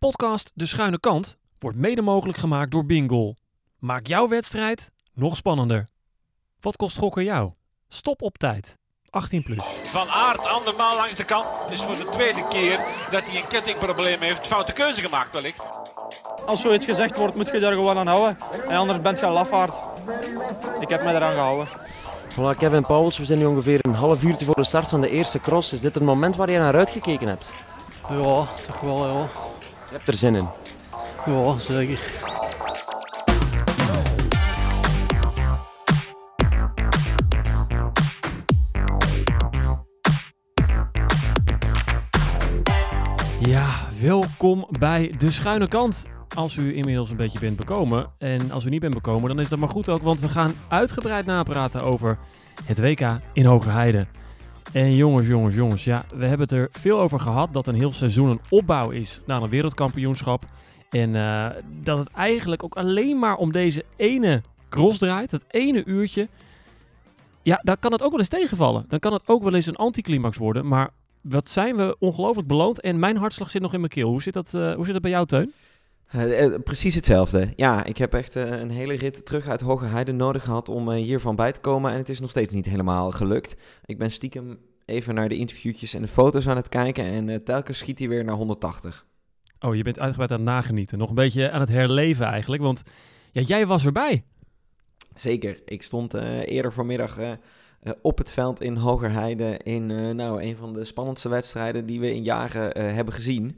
Podcast De Schuine Kant wordt mede mogelijk gemaakt door Bingoal. Maak jouw wedstrijd nog spannender. Wat kost gokken jou? Stop op tijd. 18 plus. Van Aert andermaal langs de kant. Het is voor de tweede keer dat hij een kettingprobleem heeft. Foute keuze gemaakt wellicht. Als zoiets gezegd wordt, moet je daar gewoon aan houden. En anders bent je een lafaard. Ik heb me eraan gehouden. Voilà, Kevin Pauwels, we zijn nu ongeveer een half uurtje voor de start van de eerste cross. Is dit het moment waar je naar uitgekeken hebt? Ja, toch wel, ja. Je hebt er zin in? Ja, zeker. Ja, welkom bij De Schuine Kant. Als u inmiddels een beetje bent bekomen, en als u niet bent bekomen, dan is dat maar goed ook, want we gaan uitgebreid napraten over het WK in Hogerheide. En jongens, ja, we hebben het er veel over gehad dat een heel seizoen een opbouw is naar een wereldkampioenschap. En dat het eigenlijk ook alleen maar om deze ene cross draait, dat ene uurtje. Ja, dan kan het ook wel eens tegenvallen. Dan kan het ook wel eens een anticlimax worden, maar wat zijn we ongelooflijk beloond en mijn hartslag zit nog in mijn keel. Hoe zit dat bij jou, Teun? Precies hetzelfde. Ja, ik heb echt een hele rit terug uit Hogerheide nodig gehad om hiervan bij te komen. En het is nog steeds niet helemaal gelukt. Ik ben stiekem even naar de interviewtjes en de foto's aan het kijken. En telkens schiet hij weer naar 180. Oh, je bent uitgebreid aan het nagenieten. Nog een beetje aan het herleven eigenlijk. Want ja, jij was erbij. Zeker. Ik stond eerder vanmiddag op het veld in Hogerheide in een van de spannendste wedstrijden die we in jaren hebben gezien.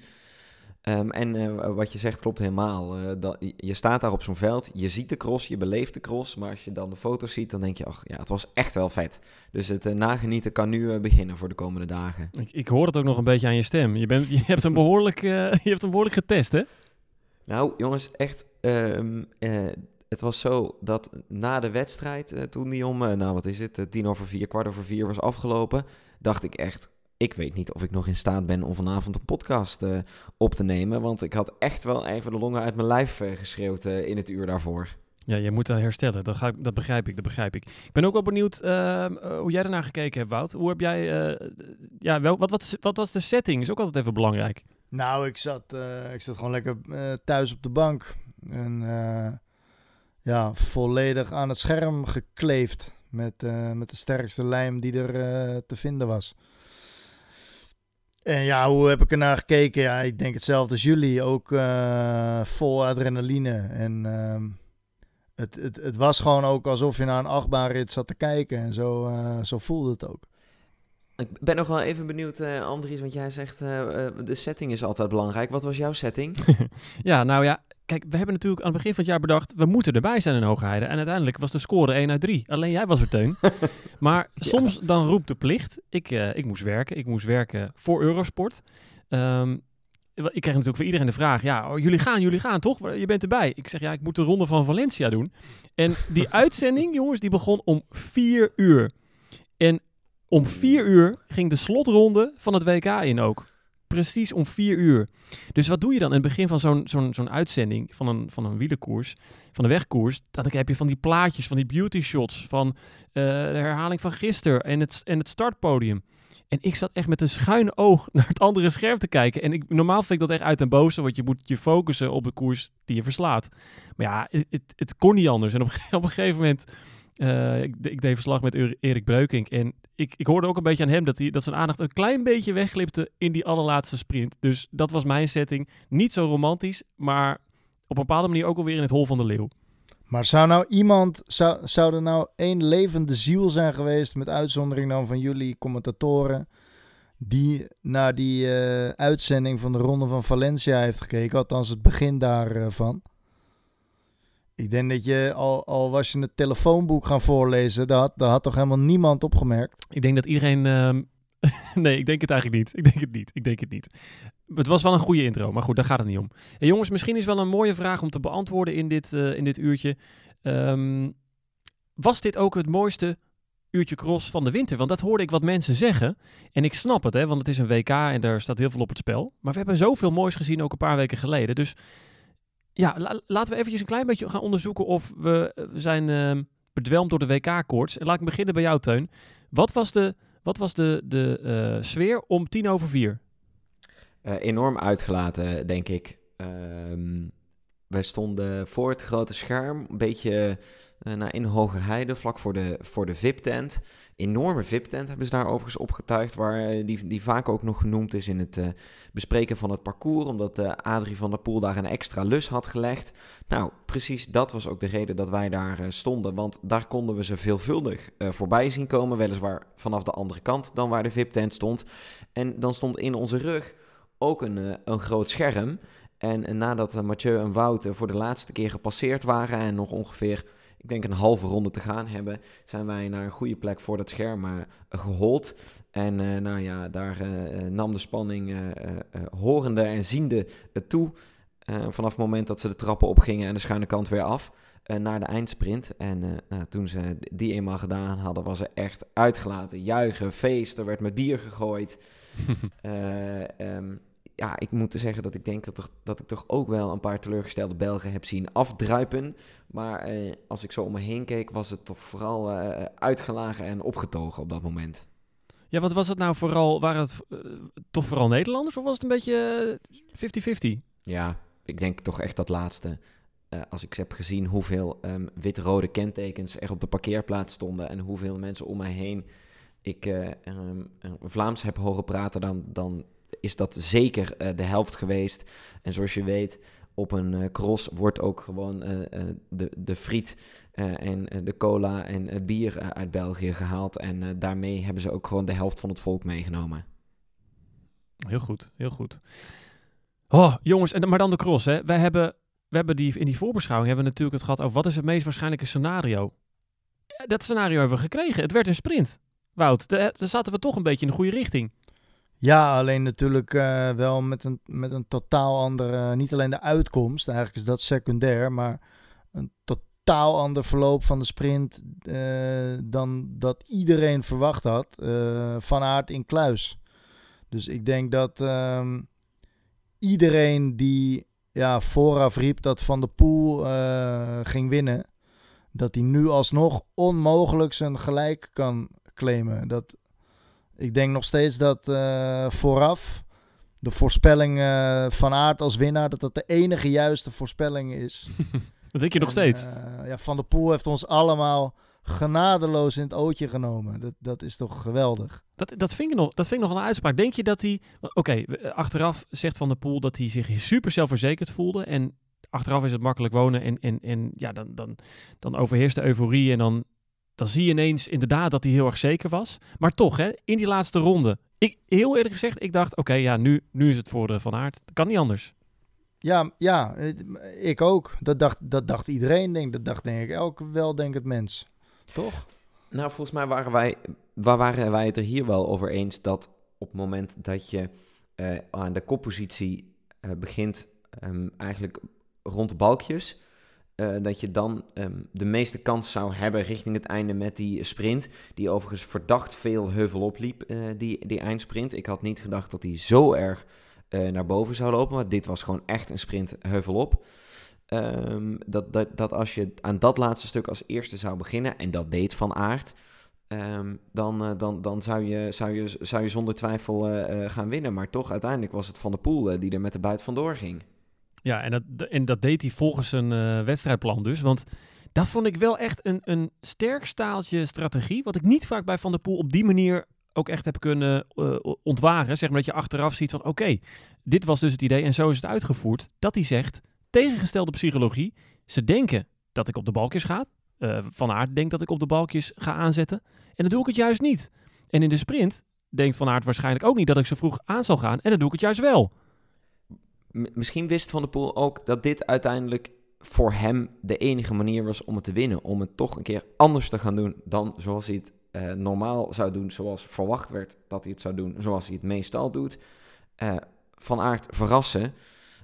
Wat je zegt klopt helemaal. Je staat daar op zo'n veld, je ziet de cross, je beleeft de cross. Maar als je dan de foto's ziet, dan denk je, ach ja, het was echt wel vet. Dus het nagenieten kan nu beginnen voor de komende dagen. Ik hoor het ook nog een beetje aan je stem. Je hebt hem behoorlijk getest, hè? Nou, jongens, echt. Het was zo dat na de wedstrijd, toen die om, 4:15 was afgelopen, dacht ik echt, ik weet niet of ik nog in staat ben om vanavond een podcast op te nemen. Want ik had echt wel even de longen uit mijn lijf geschreeuwd in het uur daarvoor. Ja, je moet herstellen. Dat begrijp ik. Ik ben ook wel benieuwd hoe jij ernaar gekeken hebt, Wout. Hoe heb jij... wat was de setting? Is ook altijd even belangrijk. Nou, ik zat gewoon lekker thuis op de bank. En volledig aan het scherm gekleefd. Met de sterkste lijm die er te vinden was. En ja, hoe heb ik ernaar gekeken? Ja, ik denk hetzelfde als jullie. Ook vol adrenaline. En het was gewoon ook alsof je naar een achtbaanrit zat te kijken. En zo voelde het ook. Ik ben nog wel even benieuwd, Andries, want jij zegt de setting is altijd belangrijk. Wat was jouw setting? Ja, nou ja, kijk, we hebben natuurlijk aan het begin van het jaar bedacht, we moeten erbij zijn in Hogerheide. En uiteindelijk was de score 1 uit 3. Alleen jij was er, Teun. Maar soms dan roept de plicht. Ik moest werken. Ik moest werken voor Eurosport. Ik kreeg natuurlijk voor iedereen de vraag, ja, jullie gaan toch? Je bent erbij. Ik zeg, ja, ik moet de Ronde van Valencia doen. En die uitzending, jongens, die begon om 4 uur. En om 4 uur ging de slotronde van het WK in ook. Precies om 4 uur. Dus wat doe je dan in het begin van zo'n uitzending van een wielerkoers, van een wegkoers? Dan heb je van die plaatjes, van die beauty shots, van de herhaling van gisteren en het startpodium. En ik zat echt met een schuin oog naar het andere scherm te kijken. En normaal vind ik dat echt uit den boze, want je moet je focussen op de koers die je verslaat. Maar ja, het kon niet anders. En op een gegeven moment, ik deed verslag met Erik Breukink. En ik hoorde ook een beetje aan hem dat zijn aandacht een klein beetje wegglipte in die allerlaatste sprint. Dus dat was mijn setting. Niet zo romantisch, maar op een bepaalde manier ook alweer in het hol van de leeuw. Maar zou er nou één levende ziel zijn geweest, met uitzondering dan van jullie commentatoren, die naar die uitzending van de Ronde van Valencia heeft gekeken, althans het begin daarvan? Ik denk dat je, al was je het telefoonboek gaan voorlezen, daar had toch helemaal niemand opgemerkt? Ik denk dat iedereen... Nee, ik denk het eigenlijk niet. Ik denk het niet. Het was wel een goede intro, maar goed, daar gaat het niet om. En jongens, misschien is wel een mooie vraag om te beantwoorden in dit uurtje. Was dit ook het mooiste uurtje cross van de winter? Want dat hoorde ik wat mensen zeggen. En ik snap het, hè, want het is een WK en daar staat heel veel op het spel. Maar we hebben zoveel moois gezien ook een paar weken geleden. Dus ja, laten we eventjes een klein beetje gaan onderzoeken of we zijn bedwelmd door de WK-koorts. En laat ik beginnen bij jou, Teun. Wat was de sfeer om 4:10? Enorm uitgelaten, denk ik. Wij stonden voor het grote scherm, een beetje in Hogerheide, vlak voor de VIP-tent. Enorme VIP-tent hebben ze daar overigens opgetuigd, waar die vaak ook nog genoemd is in het bespreken van het parcours, omdat Adrie van der Poel daar een extra lus had gelegd. Nou, precies dat was ook de reden dat wij daar stonden, want daar konden we ze veelvuldig voorbij zien komen, weliswaar vanaf de andere kant dan waar de VIP-tent stond. En dan stond in onze rug ook een groot scherm. En nadat Mathieu en Wout voor de laatste keer gepasseerd waren en nog ongeveer, ik denk, een halve ronde te gaan hebben, zijn wij naar een goede plek voor dat scherm gehold. En daar nam de spanning horende en ziende toe vanaf het moment dat ze de trappen opgingen en de schuine kant weer af naar de eindsprint. En toen ze die eenmaal gedaan hadden, was ze echt uitgelaten. Juichen, feest, er werd met bier gegooid. Ja, ik moet zeggen dat ik denk dat ik toch ook wel een paar teleurgestelde Belgen heb zien afdruipen. Maar als ik zo om me heen keek, was het toch vooral uitgelagen en opgetogen op dat moment. Ja, wat was het nou vooral? Waren het toch vooral Nederlanders of was het een beetje 50-50? Ja, ik denk toch echt dat laatste. Als ik heb gezien hoeveel wit-rode kentekens er op de parkeerplaats stonden en hoeveel mensen om mij heen ik Vlaams heb horen praten, dan is dat zeker de helft geweest. En zoals je weet, op een cross wordt ook gewoon de friet en de cola en het bier uit België gehaald. En daarmee hebben ze ook gewoon de helft van het volk meegenomen. Heel goed, heel goed. Oh, jongens, maar dan de cross, hè. We hebben in die voorbeschouwing hebben we natuurlijk het gehad over wat is het meest waarschijnlijke scenario. Ja, dat scenario hebben we gekregen. Het werd een sprint. Wout, daar zaten we toch een beetje in de goede richting. Ja, alleen natuurlijk wel met een totaal andere, niet alleen de uitkomst, eigenlijk is dat secundair, maar een totaal ander verloop van de sprint dan dat iedereen verwacht had. Van Aert in Kluis. Dus ik denk dat iedereen die vooraf riep dat Van der Poel ging winnen, dat hij nu alsnog onmogelijk zijn gelijk kan claimen. Ik denk nog steeds dat vooraf de voorspelling van Aert als winnaar, dat de enige juiste voorspelling is. Dat denk je nog steeds? Van der Poel heeft ons allemaal genadeloos in het ootje genomen. Dat is toch geweldig. Dat vind ik nog een uitspraak. Denk je dat hij... Oké, achteraf zegt Van der Poel dat hij zich super zelfverzekerd voelde. En achteraf is het makkelijk wonen. En dan overheerst de euforie. En dan zie je ineens inderdaad dat hij heel erg zeker was. Maar toch, hè, in die laatste ronde. Heel eerlijk gezegd, ik dacht, nu is het voor Van Aert. Dat kan niet anders. Ja, ik ook. Dat dacht iedereen. Dat dacht denk ik elk weldenkend mens. Toch? Nou, volgens mij waren wij het er hier wel over eens dat op het moment dat je aan de koppositie begint, eigenlijk rond de balkjes, dat je dan de meeste kans zou hebben richting het einde met die sprint, die overigens verdacht veel heuvel opliep, die eindsprint. Ik had niet gedacht dat die zo erg naar boven zou lopen, maar dit was gewoon echt een sprint heuvel op. Dat als je aan dat laatste stuk als eerste zou beginnen, en dat deed Van Aert, dan zou je zonder twijfel gaan winnen. Maar toch, uiteindelijk was het Van der Poel die er met de buit vandoor ging. Ja, en dat deed hij volgens een wedstrijdplan dus. Want dat vond ik wel echt een sterk staaltje strategie, wat ik niet vaak bij Van der Poel op die manier ook echt heb kunnen ontwaren. Zeg maar dat je achteraf ziet van oké, dit was dus het idee en zo is het uitgevoerd. Dat hij zegt, tegengestelde psychologie, ze denken dat ik op de balkjes ga. Van Aert denkt dat ik op de balkjes ga aanzetten. En dan doe ik het juist niet. En in de sprint denkt Van Aert waarschijnlijk ook niet dat ik zo vroeg aan zal gaan. En dan doe ik het juist wel. Misschien wist Van der Poel ook dat dit uiteindelijk voor hem de enige manier was om het te winnen. Om het toch een keer anders te gaan doen dan zoals hij het normaal zou doen. Zoals verwacht werd dat hij het zou doen. Zoals hij het meestal doet. Van Aert verrassen.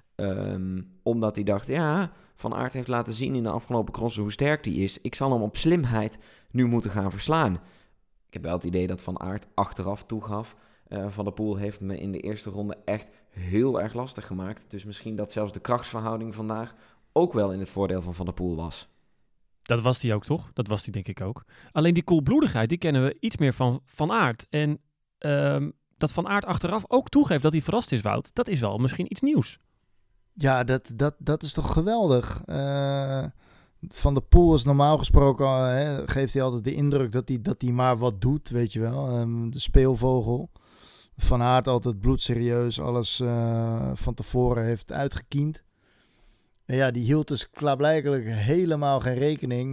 Omdat hij dacht, Van Aert heeft laten zien in de afgelopen crossen hoe sterk hij is. Ik zal hem op slimheid nu moeten gaan verslaan. Ik heb wel het idee dat Van Aert achteraf toegaf. Van der Poel heeft me in de eerste ronde echt heel erg lastig gemaakt. Dus misschien dat zelfs de krachtsverhouding vandaag ook wel in het voordeel van der Poel was. Dat was hij ook, toch? Dat was hij denk ik ook. Alleen die koelbloedigheid, die kennen we iets meer van Aert. En dat Van Aert achteraf ook toegeeft dat hij verrast is, Wout, dat is wel misschien iets nieuws. Ja, dat is toch geweldig. Van der Poel is normaal gesproken, geeft hij altijd de indruk dat hij maar wat doet, weet je wel. De speelvogel. Van Aert altijd bloedserieus, alles van tevoren heeft uitgekiend. En ja, die hield dus klaarblijkelijk helemaal geen rekening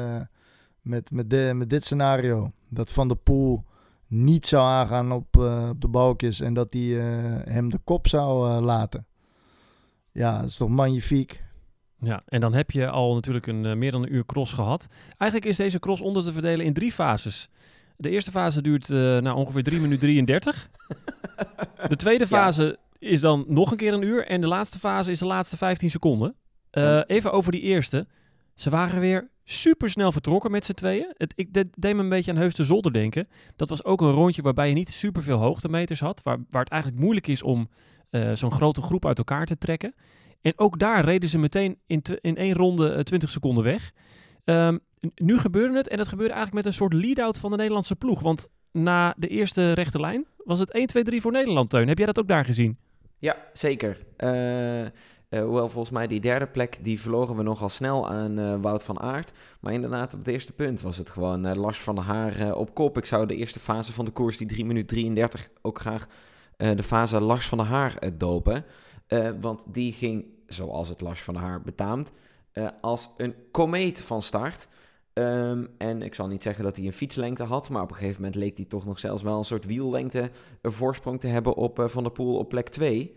met dit scenario. Dat Van der Poel niet zou aangaan op de balkjes en dat hij hem de kop zou laten. Ja, dat is toch magnifiek. Ja, en dan heb je al natuurlijk meer dan een uur cross gehad. Eigenlijk is deze cross onder te verdelen in 3 fases. De eerste fase duurt ongeveer 3 minuten 33. De tweede fase is dan nog een keer een uur. En de laatste fase is de laatste 15 seconden. Even over die eerste. Ze waren weer super snel vertrokken met z'n tweeën. Ik deed me een beetje aan Heus de Zolder denken. Dat was ook een rondje waarbij je niet super veel hoogtemeters had. Waar het eigenlijk moeilijk is om zo'n grote groep uit elkaar te trekken. En ook daar reden ze meteen in 1 ronde 20 seconden weg. Nu gebeurde het en dat gebeurde eigenlijk met een soort lead-out van de Nederlandse ploeg. Want na de eerste rechte lijn was het 1, 2, 3 voor Nederland, Teun. Heb jij dat ook daar gezien? Ja, zeker. Hoewel volgens mij die derde plek, die verloren we nogal snel aan Wout van Aert. Maar inderdaad, op het eerste punt was het gewoon Lars van der Haar op kop. Ik zou de eerste fase van de koers, die 3 minuten 33, ook graag de fase Lars van der Haar dopen. Want die ging, zoals het Lars van der Haar betaamt, als een komeet van start. En ik zal niet zeggen dat hij een fietslengte had, maar op een gegeven moment leek hij toch nog zelfs wel een soort wiellengte een voorsprong te hebben op Van der Poel op plek 2.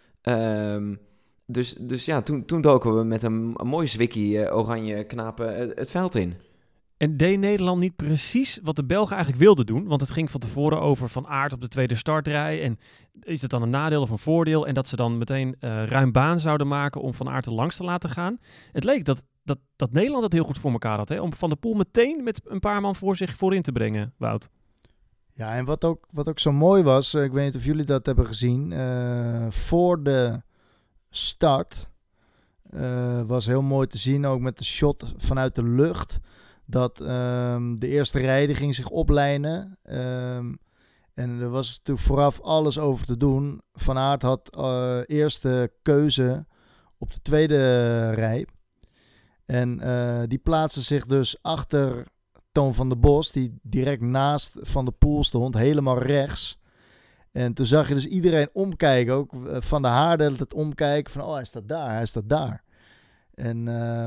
Dus ja, toen doken we met een mooi zwikkie oranje knapen het veld in. En deed Nederland niet precies wat de Belgen eigenlijk wilden doen? Want het ging van tevoren over Van Aert op de tweede startrij. En is het dan een nadeel of een voordeel? En dat ze dan meteen ruim baan zouden maken om Van Aert er langs te laten gaan. Het leek dat Nederland het heel goed voor elkaar had. Hè? Om Van der Poel meteen met een paar man voor zich voorin te brengen, Wout. Ja, en wat ook zo mooi was, ik weet niet of jullie dat hebben gezien. Voor de start was heel mooi te zien, ook met de shot vanuit de lucht. Dat de eerste rij die ging zich oplijnen. En er was natuurlijk vooraf alles over te doen. Van Aert had eerste keuze op de tweede rij. En die plaatste zich dus achter Toon van der Bos, die direct naast Van der Poel stond, helemaal rechts. En toen zag je dus iedereen omkijken, ook Van der Haar deed het omkijken van, hij staat daar. En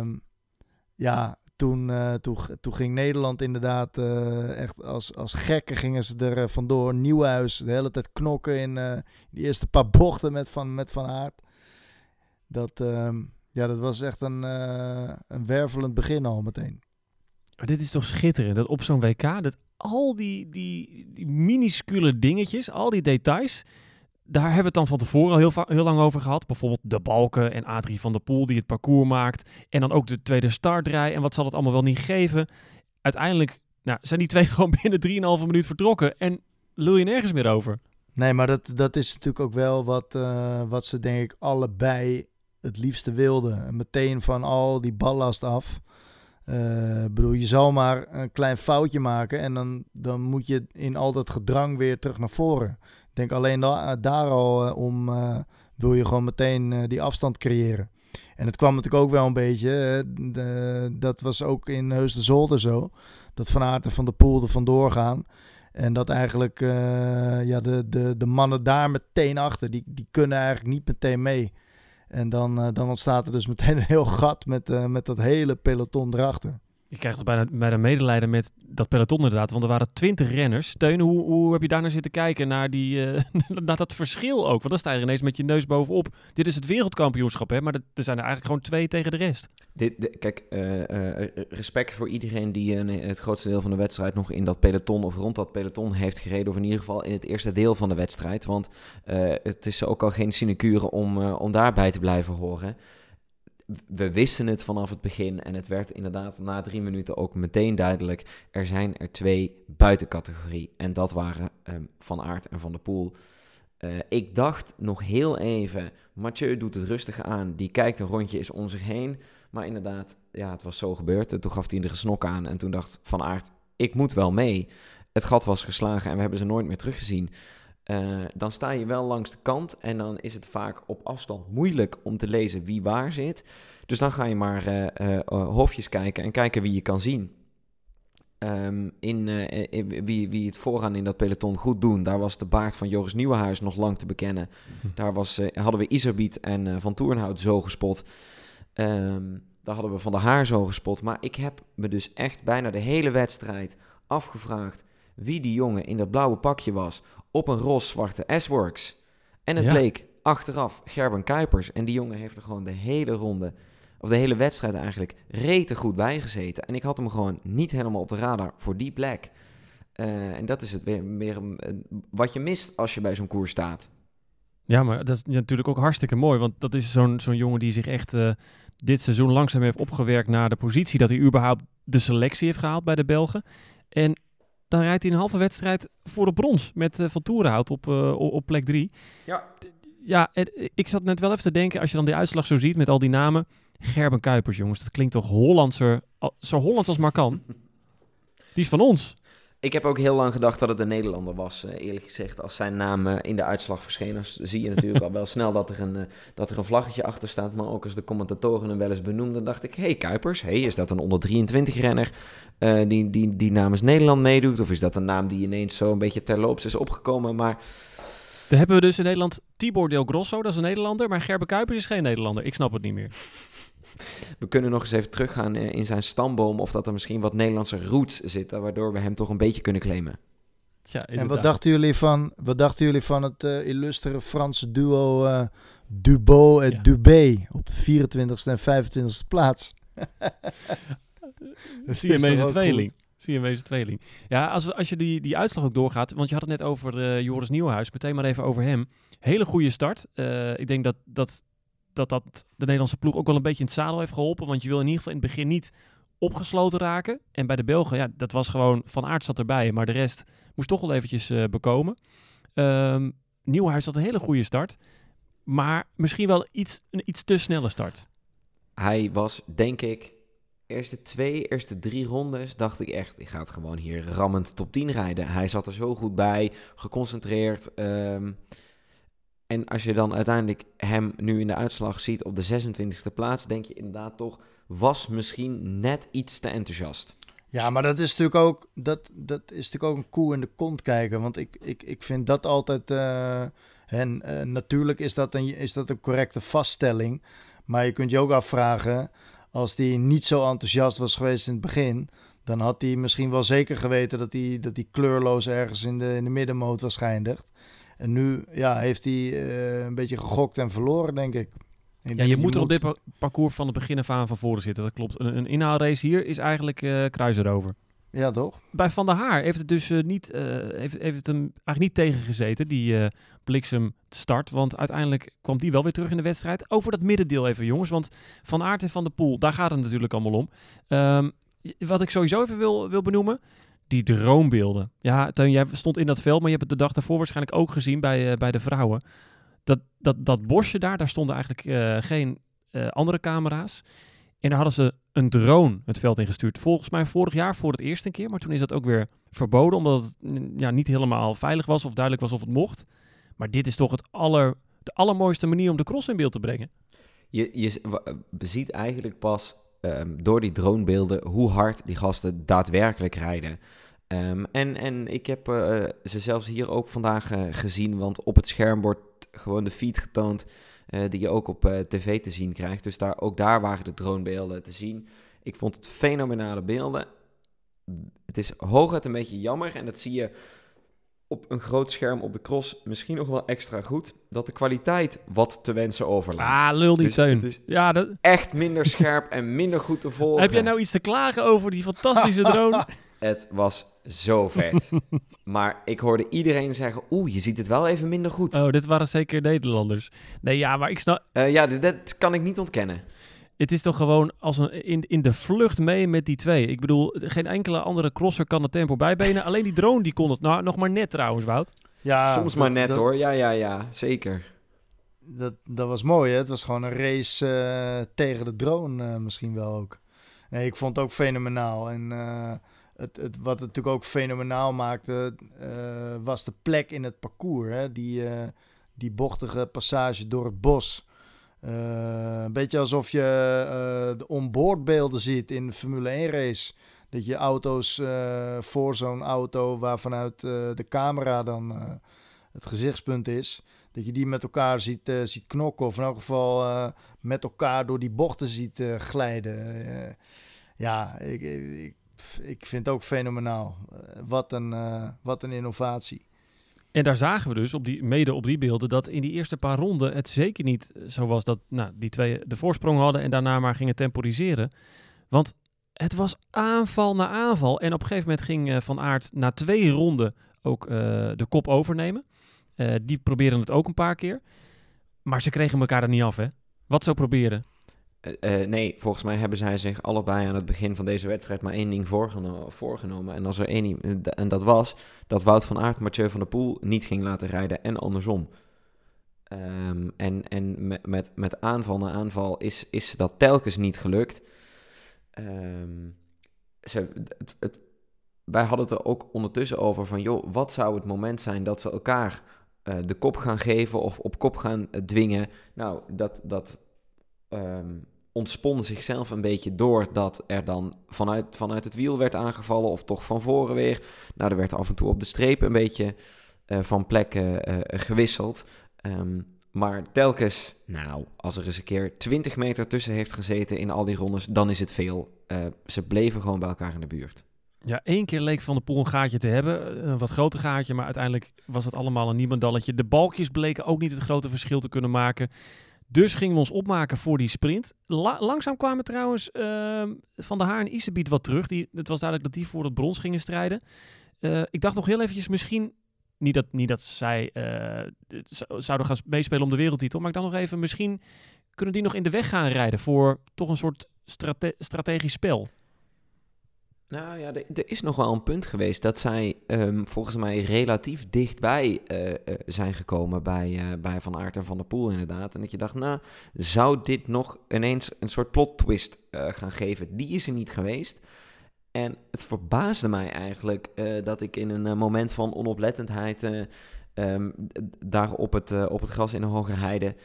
toen ging Nederland inderdaad echt als gekken gingen ze er vandoor. Nieuwhuis de hele tijd knokken in die eerste paar bochten met Van Aert. Dat was echt een wervelend begin al meteen. Maar dit is toch schitterend, dat op zo'n WK, dat al die minuscule dingetjes, al die details, daar hebben we het dan van tevoren al heel lang over gehad. Bijvoorbeeld de balken en Adrie van der Poel die het parcours maakt. En dan ook de tweede startrij. En wat zal het allemaal wel niet geven? Uiteindelijk zijn die twee gewoon binnen 3,5 minuut vertrokken. En lul je nergens meer over. Nee, maar dat is natuurlijk ook wel wat ze denk ik allebei het liefste wilden. En meteen van al die ballast af. Je zal maar een klein foutje maken en dan moet je in al dat gedrang weer terug naar voren. Ik denk alleen daar al om wil je gewoon meteen die afstand creëren. En het kwam natuurlijk ook wel een beetje, dat was ook in Heus de Zolder zo, dat Van Aert en Van der Poel er vandoor gaan. En dat eigenlijk de mannen daar meteen achter, die kunnen eigenlijk niet meteen mee. En dan ontstaat er dus meteen een heel gat met dat hele peloton erachter. Je krijgt toch bijna medelijden met dat peloton inderdaad. Want er waren 20 renners. Teun, hoe heb je daar naar zitten kijken? Naar naar dat verschil ook. Want dan sta je er ineens met je neus bovenop. Dit is het wereldkampioenschap, hè? Maar er zijn er eigenlijk gewoon 2 tegen de rest. Respect voor iedereen die het grootste deel van de wedstrijd nog in dat peloton of rond dat peloton heeft gereden. Of in ieder geval in het eerste deel van de wedstrijd. Want het is ook al geen sinecure om daarbij te blijven horen. We wisten het vanaf het begin en het werd inderdaad na 3 minuten ook meteen duidelijk. Er zijn er 2 buitencategorie en dat waren Van Aert en Van der Poel. Ik dacht nog heel even, Mathieu doet het rustig aan, die kijkt een rondje eens om zich heen. Maar inderdaad, het was zo gebeurd. Toen gaf hij de gesnok aan en toen dacht Van Aert, ik moet wel mee. Het gat was geslagen en we hebben ze nooit meer teruggezien. dan sta je wel langs de kant en dan is het vaak op afstand moeilijk om te lezen wie waar zit. Dus dan ga je maar hofjes kijken en kijken wie je kan zien. Wie het vooraan in dat peloton goed doen. Daar was de baard van Joris Nieuwenhuis nog lang te bekennen. Daar hadden we Iserbiet en Van Toornhout zo gespot. Daar hadden we Van der Haar zo gespot. Maar ik heb me dus echt bijna de hele wedstrijd afgevraagd wie die jongen in dat blauwe pakje was op een roze-zwarte S-Works. En het bleek achteraf Gerben Kuipers. En die jongen heeft er gewoon de hele ronde, of de hele wedstrijd eigenlijk, rete goed bij gezeten. En ik had hem gewoon niet helemaal op de radar voor die plek. En dat is het weer wat je mist als je bij zo'n koers staat. Ja, maar dat is natuurlijk ook hartstikke mooi. Want dat is zo'n jongen die zich echt dit seizoen langzaam heeft opgewerkt naar de positie dat hij überhaupt de selectie heeft gehaald bij de Belgen. En dan rijdt hij een halve wedstrijd voor de brons met Van Toerenhout op plek 3. Ja. Ja, ik zat net wel even te denken, als je dan die uitslag zo ziet met al die namen. Gerben Kuipers, jongens, dat klinkt toch zo Hollands als maar kan. Die is van ons. Ik heb ook heel lang gedacht dat het een Nederlander was, eerlijk gezegd. Als zijn naam in de uitslag verscheen, dan zie je natuurlijk al wel snel dat er een vlaggetje achter staat. Maar ook als de commentatoren hem wel eens benoemden, dacht ik, hey Kuipers, is dat een onder 23 renner die namens Nederland meedoet? Of is dat een naam die ineens zo een beetje terloops is opgekomen? Maar dan hebben we dus in Nederland Tibor Del Grosso, dat is een Nederlander. Maar Gerben Kuipers is geen Nederlander. Ik snap het niet meer. We kunnen nog eens even teruggaan in zijn stamboom of dat er misschien wat Nederlandse roots zitten, waardoor we hem toch een beetje kunnen claimen. Tja, en wat dachten jullie van het illustere Franse duo Dubot en Dubé op de 24e en 25e plaats? Siamese tweeling. Ja, als je die uitslag ook doorgaat, want je had het net over Joris Nieuwenhuis, meteen maar even over hem. Hele goede start. Ik denk dat de Nederlandse ploeg ook wel een beetje in het zadel heeft geholpen. Want je wil in ieder geval in het begin niet opgesloten raken. En bij de Belgen, ja, dat was gewoon Van Aert zat erbij. Maar de rest moest toch wel eventjes bekomen. Nieuwenhuis had een hele goede start. Maar misschien wel een iets te snelle start. Hij was, denk ik, eerste 3 rondes dacht ik echt, ik ga het gewoon hier rammend top 10 rijden. Hij zat er zo goed bij, geconcentreerd. En als je dan uiteindelijk hem nu in de uitslag ziet op de 26e plaats, denk je inderdaad toch, was misschien net iets te enthousiast. Ja, maar dat is natuurlijk ook een koe in de kont kijken. Want ik vind dat altijd... natuurlijk is dat een correcte vaststelling. Maar je kunt je ook afvragen, als hij niet zo enthousiast was geweest in het begin, dan had hij misschien wel zeker geweten dat hij kleurloos ergens in de middenmoot was geëindigd. En nu heeft hij een beetje gegokt en verloren, denk ik. Je moet er op dit parcours van het begin af aan van voren zitten. Dat klopt. Een inhaalrace hier is eigenlijk kruis erover. Ja, toch? Bij Van der Haar heeft het dus heeft het hem eigenlijk niet tegengezeten, die bliksem start. Want uiteindelijk kwam die wel weer terug in de wedstrijd. Over dat middendeel even, jongens. Want Van Aert en Van der Poel, daar gaat het natuurlijk allemaal om. Wat ik sowieso even wil benoemen, die droombeelden. Ja, Teun, jij stond in dat veld, maar je hebt het de dag daarvoor waarschijnlijk ook gezien bij de vrouwen. Dat bosje daar stonden eigenlijk geen andere camera's. En daar hadden ze een drone het veld ingestuurd. Volgens mij vorig jaar voor het eerst een keer. Maar toen is dat ook weer verboden. Omdat het niet helemaal veilig was of duidelijk was of het mocht. Maar dit is toch de allermooiste manier om de cross in beeld te brengen. Je ziet eigenlijk pas door die dronebeelden hoe hard die gasten daadwerkelijk rijden. En ik heb ze zelfs hier ook vandaag gezien. Want op het scherm wordt gewoon de feed getoond die je ook op tv te zien krijgt. Dus ook daar waren de dronebeelden te zien. Ik vond het fenomenale beelden. Het is hooguit een beetje jammer. En dat zie je op een groot scherm op de cross misschien nog wel extra goed. Dat de kwaliteit wat te wensen overlaat. Lul die dus Teun. Het is echt minder scherp en minder goed te volgen. Heb jij nou iets te klagen over die fantastische drone? Het was zo vet. Maar ik hoorde iedereen zeggen, je ziet het wel even minder goed. Oh, dit waren zeker Nederlanders. Nee, ja, maar ik snap... Dat kan ik niet ontkennen. Het is toch gewoon als in de vlucht mee met die twee. Ik bedoel, geen enkele andere crosser kan het tempo bijbenen. Alleen die drone die kon het. Nou, nog maar net trouwens, Wout. Ja, soms maar net hoor. Ja, zeker. Dat was mooi, hè? Het was gewoon een race tegen de drone misschien wel ook. Nee, ik vond het ook fenomenaal. En wat het natuurlijk ook fenomenaal maakte, was de plek in het parcours. Hè? Die bochtige passage door het bos. Een beetje alsof je de onboardbeelden ziet in de Formule 1 race. Dat je auto's voor zo'n auto waarvanuit de camera dan het gezichtspunt is. Dat je die met elkaar ziet knokken. Of in elk geval met elkaar door die bochten ziet glijden. Ik vind het ook fenomenaal. Wat een innovatie. En daar zagen we dus mede op die beelden dat in die eerste paar ronden het zeker niet zo was dat die twee de voorsprong hadden en daarna maar gingen temporiseren. Want het was aanval na aanval. En op een gegeven moment ging Van Aert na 2 ronden ook de kop overnemen. Die probeerden het ook een paar keer. Maar ze kregen elkaar er niet af, hè? Wat zo proberen? Nee, volgens mij hebben zij zich allebei aan het begin van deze wedstrijd maar 1 ding voorgenomen. En als er 1 en dat was dat Wout van Aert Mathieu van der Poel niet ging laten rijden en andersom. En met aanval na aanval is dat telkens niet gelukt. Wij hadden het er ook ondertussen over van, joh, wat zou het moment zijn dat ze elkaar de kop gaan geven of op kop gaan dwingen? Nou, dat ontspon zichzelf een beetje doordat er dan vanuit het wiel werd aangevallen of toch van voren weer. Nou, er werd af en toe op de streep een beetje van plekken gewisseld. Maar telkens, als er eens een keer 20 meter tussen heeft gezeten in al die rondes, dan is het veel. Ze bleven gewoon bij elkaar in de buurt. Ja, 1 keer leek Van der Poel een gaatje te hebben. Een wat groter gaatje, maar uiteindelijk was het allemaal een niemandalletje. De balkjes bleken ook niet het grote verschil te kunnen maken. Dus gingen we ons opmaken voor die sprint. Langzaam kwamen trouwens Van der Haar en Iserbyt wat terug. Het was duidelijk dat die voor het brons gingen strijden. Ik dacht nog heel eventjes misschien, niet dat zij zouden gaan meespelen om de wereldtitel, maar ik dacht nog even, misschien kunnen die nog in de weg gaan rijden voor toch een soort strategisch spel. Nou ja, er is nog wel een punt geweest dat zij volgens mij relatief dichtbij zijn gekomen bij Van Aert en Van der Poel inderdaad. En dat je dacht, zou dit nog ineens een soort plot twist gaan geven? Die is er niet geweest. En het verbaasde mij eigenlijk dat ik in een moment van onoplettendheid daar op het gras in de Hogerheide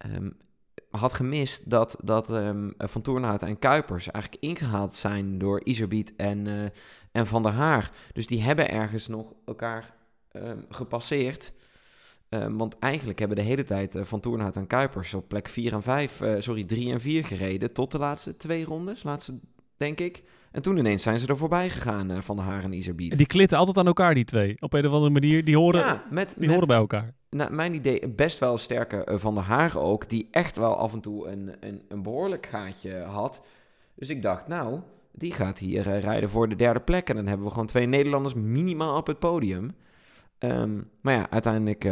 had gemist dat Van Toornhout en Kuipers eigenlijk ingehaald zijn door Iserbyt en Van der Haar. Dus die hebben ergens nog elkaar gepasseerd. Want eigenlijk hebben de hele tijd Van Toornhout en Kuipers op plek 3 en 4 gereden tot de laatste 2 rondes, denk ik. En toen ineens zijn ze er voorbij gegaan, Van der Haar en Iserbyt. Die klitten altijd aan elkaar, die twee. Op een of andere manier, die horen bij elkaar. Nou, mijn idee, best wel sterke Van der Haar ook, die echt wel af en toe een behoorlijk gaatje had. Dus ik dacht, die gaat hier rijden voor de 3e plek. En dan hebben we gewoon 2 Nederlanders minimaal op het podium. Maar ja, uiteindelijk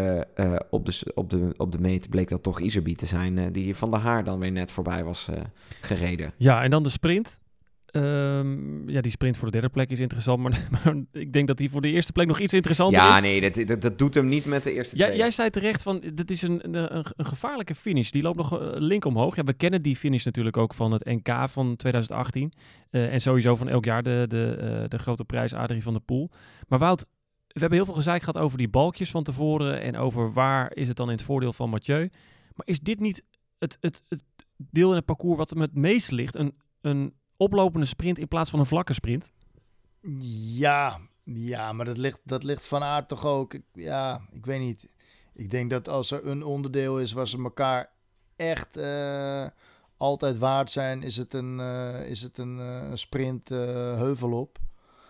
op de meet bleek dat toch Iserbyt te zijn, die Van der Haar dan weer net voorbij was gereden. Ja, en dan de sprint. Die sprint voor de 3e plek is interessant, maar ik denk dat die voor de 1e plek nog iets interessanter is. Ja, nee, dat doet hem niet met de eerste 2. Jij zei terecht van, dit is een gevaarlijke finish. Die loopt nog link omhoog. Ja, we kennen die finish natuurlijk ook van het NK van 2018. En sowieso van elk jaar de grote prijs Adrie van der Poel. Maar Wout, we hebben heel veel gezeik gehad over die balkjes van tevoren en over waar is het dan in het voordeel van Mathieu. Maar is dit niet het deel in het parcours wat hem het meest ligt? Een oplopende sprint in plaats van een vlakke sprint? Ja, maar dat ligt Van Aert toch ook. Ik weet niet. Ik denk dat als er een onderdeel is waar ze elkaar echt altijd waard zijn, is het een sprint heuvel op.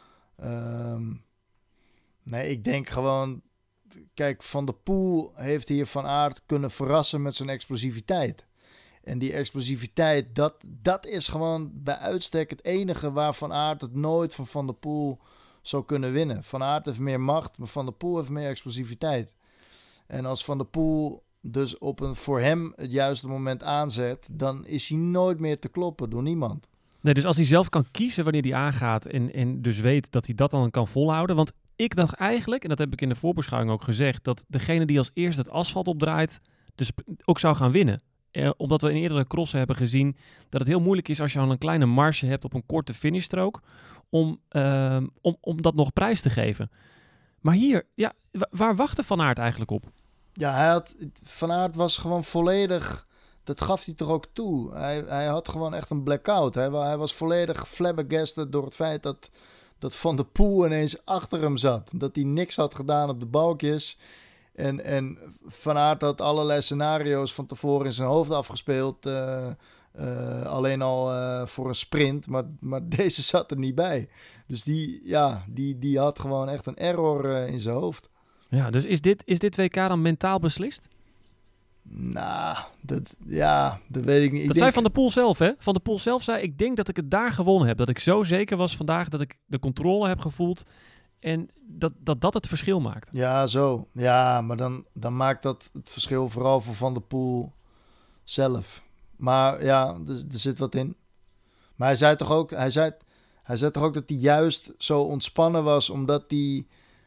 Nee, ik denk gewoon, kijk, Van der Poel heeft hier Van Aert kunnen verrassen met zijn explosiviteit. En die explosiviteit, dat is gewoon bij uitstek het enige waar Van Aert het nooit van Van der Poel zou kunnen winnen. Van Aert heeft meer macht, maar Van der Poel heeft meer explosiviteit. En als Van der Poel dus op een voor hem het juiste moment aanzet, dan is hij nooit meer te kloppen door niemand. Nee, dus als hij zelf kan kiezen wanneer hij aangaat en dus weet dat hij dat dan kan volhouden. Want ik dacht eigenlijk, en dat heb ik in de voorbeschouwing ook gezegd, dat degene die als eerste het asfalt opdraait, dus ook zou gaan winnen. Omdat we in eerdere crossen hebben gezien dat het heel moeilijk is als je al een kleine marge hebt op een korte finishstrook om dat nog prijs te geven. Maar hier, ja, waar wachtte Van Aert eigenlijk op? Ja, Van Aert was gewoon volledig... Dat gaf hij toch ook toe. Hij had gewoon echt een blackout. Hij was volledig flabbergasted door het feit dat Van der Poel ineens achter hem zat. Dat hij niks had gedaan op de balkjes. En Van Aert had allerlei scenario's van tevoren in zijn hoofd afgespeeld. Alleen al voor een sprint. Maar deze zat er niet bij. Dus die had gewoon echt een error in zijn hoofd. Ja, dus is dit WK dan mentaal beslist? Nou, dat weet ik niet. Dat zei Van der Poel zelf, hè? Van der Poel zelf zei, ik denk dat ik het daar gewonnen heb. Dat ik zo zeker was vandaag dat ik de controle heb gevoeld. En dat het verschil maakt. Ja, zo. Ja, maar dan maakt dat het verschil vooral voor Van der Poel zelf. Maar ja, er zit wat in. Maar hij zei toch ook dat hij juist zo ontspannen was, omdat hij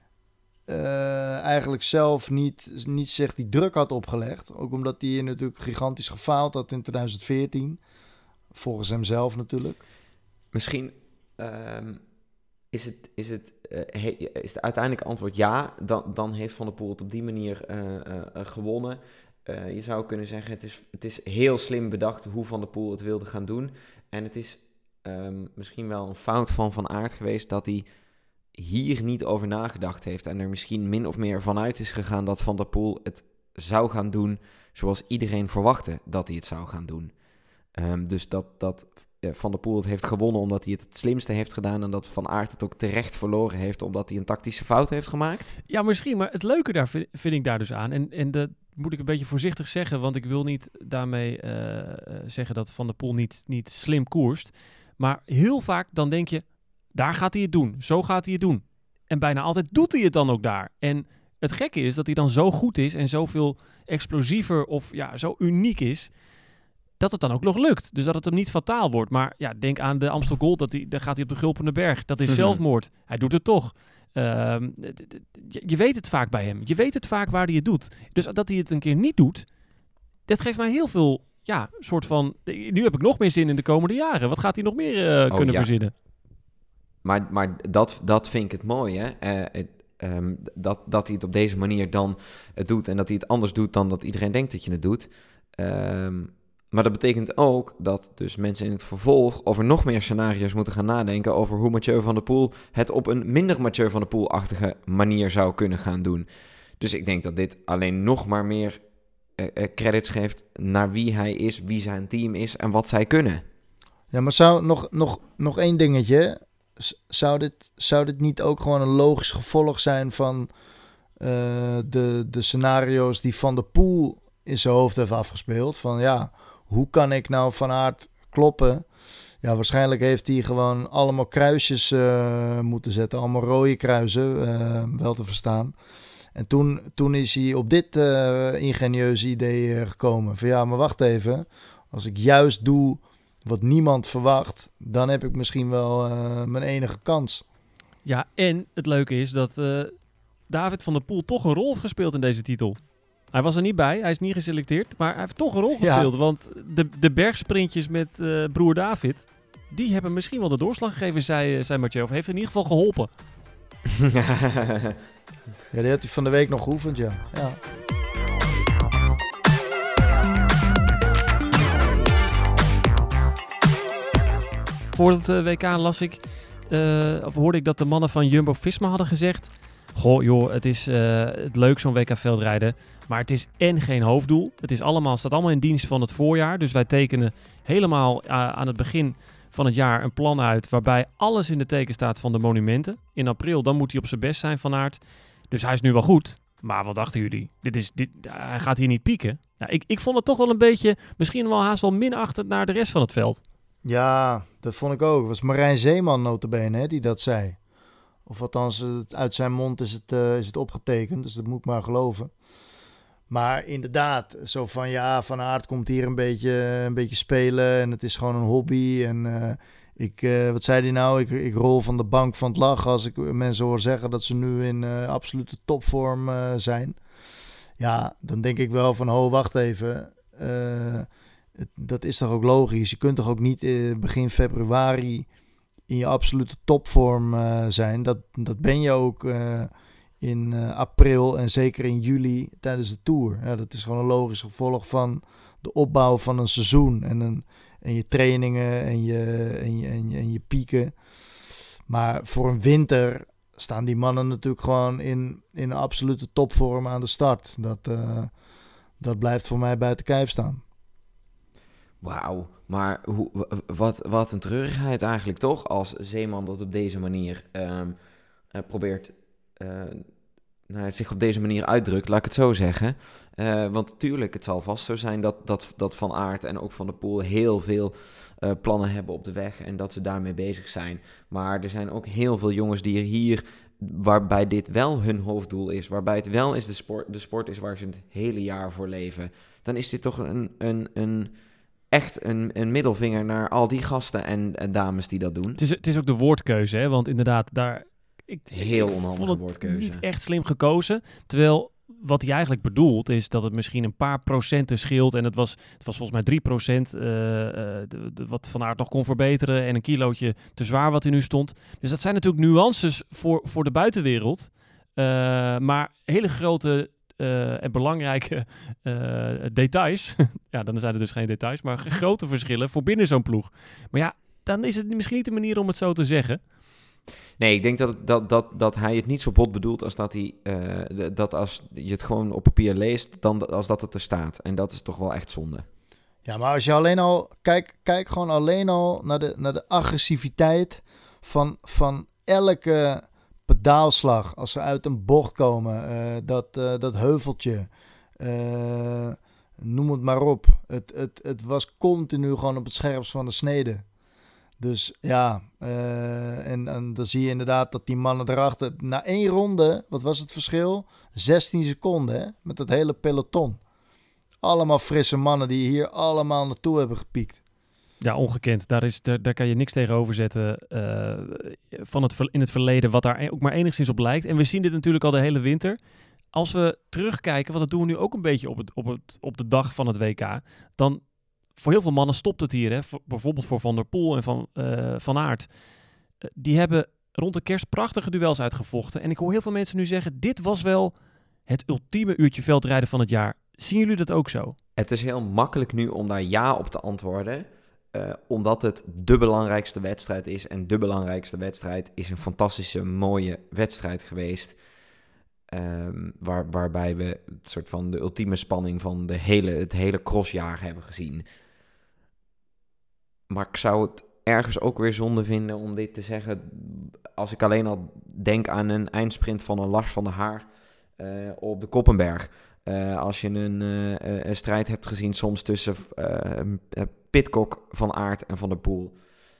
eigenlijk zelf niet zich die druk had opgelegd. Ook omdat hij natuurlijk gigantisch gefaald had in 2014. Volgens hemzelf natuurlijk. Misschien is het uiteindelijk antwoord ja. Dan heeft Van der Poel het op die manier gewonnen. Je zou kunnen zeggen, het is heel slim bedacht hoe Van der Poel het wilde gaan doen. En het is misschien wel een fout van Van Aert geweest dat hij hier niet over nagedacht heeft en er misschien min of meer vanuit is gegaan dat Van der Poel het zou gaan doen zoals iedereen verwachtte dat hij het zou gaan doen. Dus dat Van der Poel het heeft gewonnen omdat hij het slimste heeft gedaan en dat Van Aert het ook terecht verloren heeft omdat hij een tactische fout heeft gemaakt. Ja, misschien, maar het leuke daar vind ik daar dus aan. En dat moet ik een beetje voorzichtig zeggen, want ik wil niet daarmee zeggen dat Van der Poel niet slim koerst. Maar heel vaak dan denk je, daar gaat hij het doen. Zo gaat hij het doen. En bijna altijd doet hij het dan ook daar. En het gekke is dat hij dan zo goed is en zoveel explosiever of ja, zo uniek is, dat het dan ook nog lukt. Dus dat het hem niet fataal wordt. Maar ja, denk aan de Amstel Gold, daar gaat hij op de Gulpene Berg. Dat is zelfmoord. Hij doet het toch. Je weet het vaak bij hem. Je weet het vaak waar hij het doet. Dus dat hij het een keer niet doet, dat geeft mij heel veel, ja, soort van, nu heb ik nog meer zin in de komende jaren. Wat gaat hij nog meer kunnen verzinnen? Maar dat vind ik het mooie, hè? Dat hij het op deze manier dan doet en dat hij het anders doet dan dat iedereen denkt dat je het doet. Maar dat betekent ook dat dus mensen in het vervolg over nog meer scenario's moeten gaan nadenken over hoe Mathieu van der Poel het op een minder Mathieu van der Poel-achtige manier zou kunnen gaan doen. Dus ik denk dat dit alleen nog maar meer credits geeft naar wie hij is, wie zijn team is en wat zij kunnen. Ja, maar zou nog één dingetje. Zou dit niet ook gewoon een logisch gevolg zijn van de scenario's die Van der Poel in zijn hoofd heeft afgespeeld? Van ja, hoe kan ik nou Van Aert kloppen? Ja, waarschijnlijk heeft hij gewoon allemaal kruisjes moeten zetten. Allemaal rode kruisen, wel te verstaan. En toen is hij op dit ingenieuze idee gekomen. Van ja, maar wacht even. Als ik juist doe wat niemand verwacht, dan heb ik misschien wel mijn enige kans. Ja, en het leuke is dat David van der Poel toch een rol heeft gespeeld in deze titel. Hij was er niet bij, hij is niet geselecteerd, maar hij heeft toch een rol gespeeld. Ja. Want de bergsprintjes met broer David, die hebben misschien wel de doorslag gegeven, zei Mathieu. Of heeft in ieder geval geholpen. Ja, die had hij van de week nog geoefend, ja. Voor het WK hoorde ik dat de mannen van Jumbo-Visma hadden gezegd: goh joh, het is het leuk zo'n WK veldrijden, maar het is geen hoofddoel. Het is staat allemaal in dienst van het voorjaar. Dus wij tekenen helemaal aan het begin van het jaar een plan uit waarbij alles in de teken staat van de monumenten. In april, dan moet hij op zijn best zijn, Van Aert. Dus hij is nu wel goed. Maar wat dachten jullie? Hij gaat hier niet pieken. Nou, ik vond het toch wel een beetje, misschien wel haast wel minachtend naar de rest van het veld. Ja, dat vond ik ook. Het was Marijn Zeeman nota bene die dat zei. Of althans, uit zijn mond is het opgetekend. Dus dat moet ik maar geloven. Maar inderdaad, zo van ja, Van Aert komt hier een beetje spelen. En het is gewoon een hobby. En wat zei hij nou? Ik rol van de bank van het lachen als ik mensen hoor zeggen dat ze nu in absolute topvorm zijn. Ja, dan denk ik wel van, wacht even. Dat is toch ook logisch. Je kunt toch ook niet begin februari in je absolute topvorm zijn. Dat ben je ook in april en zeker in juli tijdens de Tour. Ja, dat is gewoon een logisch gevolg van de opbouw van een seizoen en je trainingen en je pieken. Maar voor een winter staan die mannen natuurlijk gewoon in een absolute topvorm aan de start. Dat blijft voor mij buiten kijf staan. Wauw, maar wat een treurigheid eigenlijk toch, als Zeeman dat op deze manier probeert, zich op deze manier uitdrukt, laat ik het zo zeggen. Want tuurlijk, het zal vast zo zijn dat Van Aert en ook Van der Poel heel veel plannen hebben op de weg en dat ze daarmee bezig zijn. Maar er zijn ook heel veel jongens die hier, waarbij dit wel hun hoofddoel is, waarbij het wel is de sport is waar ze het hele jaar voor leven. Dan is dit toch echt een middelvinger naar al die gasten en dames die dat doen. Het is ook de woordkeuze, hè? Want inderdaad, Heel ik onhandige vond het woordkeuze. niet echt slim gekozen. Terwijl wat hij eigenlijk bedoelt is dat het misschien een paar procenten scheelt. En het was volgens mij 3% wat Van Aert nog kon verbeteren. En een kilootje te zwaar wat hij nu stond. Dus dat zijn natuurlijk nuances voor de buitenwereld. Maar hele grote en belangrijke details. Ja, dan zijn er dus geen details. Maar grote verschillen voor binnen zo'n ploeg. Maar ja, dan is het misschien niet de manier om het zo te zeggen. Nee, ik denk dat hij het niet zo bot bedoelt als dat als je het gewoon op papier leest, dan als dat het er staat. En dat is toch wel echt zonde. Ja, maar als je alleen al... Kijk gewoon alleen al naar de agressiviteit van elke pedaalslag. Als ze uit een bocht komen, dat heuveltje, noem het maar op. Het was continu gewoon op het scherpst van de snede. Dus ja, en dan zie je inderdaad dat die mannen erachter... Na 1 ronde, wat was het verschil? 16 seconden, hè? Met dat hele peloton. Allemaal frisse mannen die hier allemaal naartoe hebben gepiekt. Ja, ongekend. Daar kan je niks tegenover zetten in het verleden wat daar ook maar enigszins op lijkt. En we zien dit natuurlijk al de hele winter. Als we terugkijken, want dat doen we nu ook een beetje op de dag van het WK, dan... Voor heel veel mannen stopt het hier. Hè? Bijvoorbeeld voor Van der Poel en Van Aert. Die hebben rond de kerst prachtige duels uitgevochten. En ik hoor heel veel mensen nu zeggen... dit was wel het ultieme uurtje veldrijden van het jaar. Zien jullie dat ook zo? Het is heel makkelijk nu om daar ja op te antwoorden. Omdat het de belangrijkste wedstrijd is. En de belangrijkste wedstrijd is een fantastische, mooie wedstrijd geweest. Waarbij we het soort van de ultieme spanning van het hele crossjaar hebben gezien. Maar ik zou het ergens ook weer zonde vinden om dit te zeggen. Als ik alleen al denk aan een eindsprint van een Lars van der Haar op de Koppenberg. Als je een strijd hebt gezien soms tussen Pidcock, Van Aert en Van der Poel.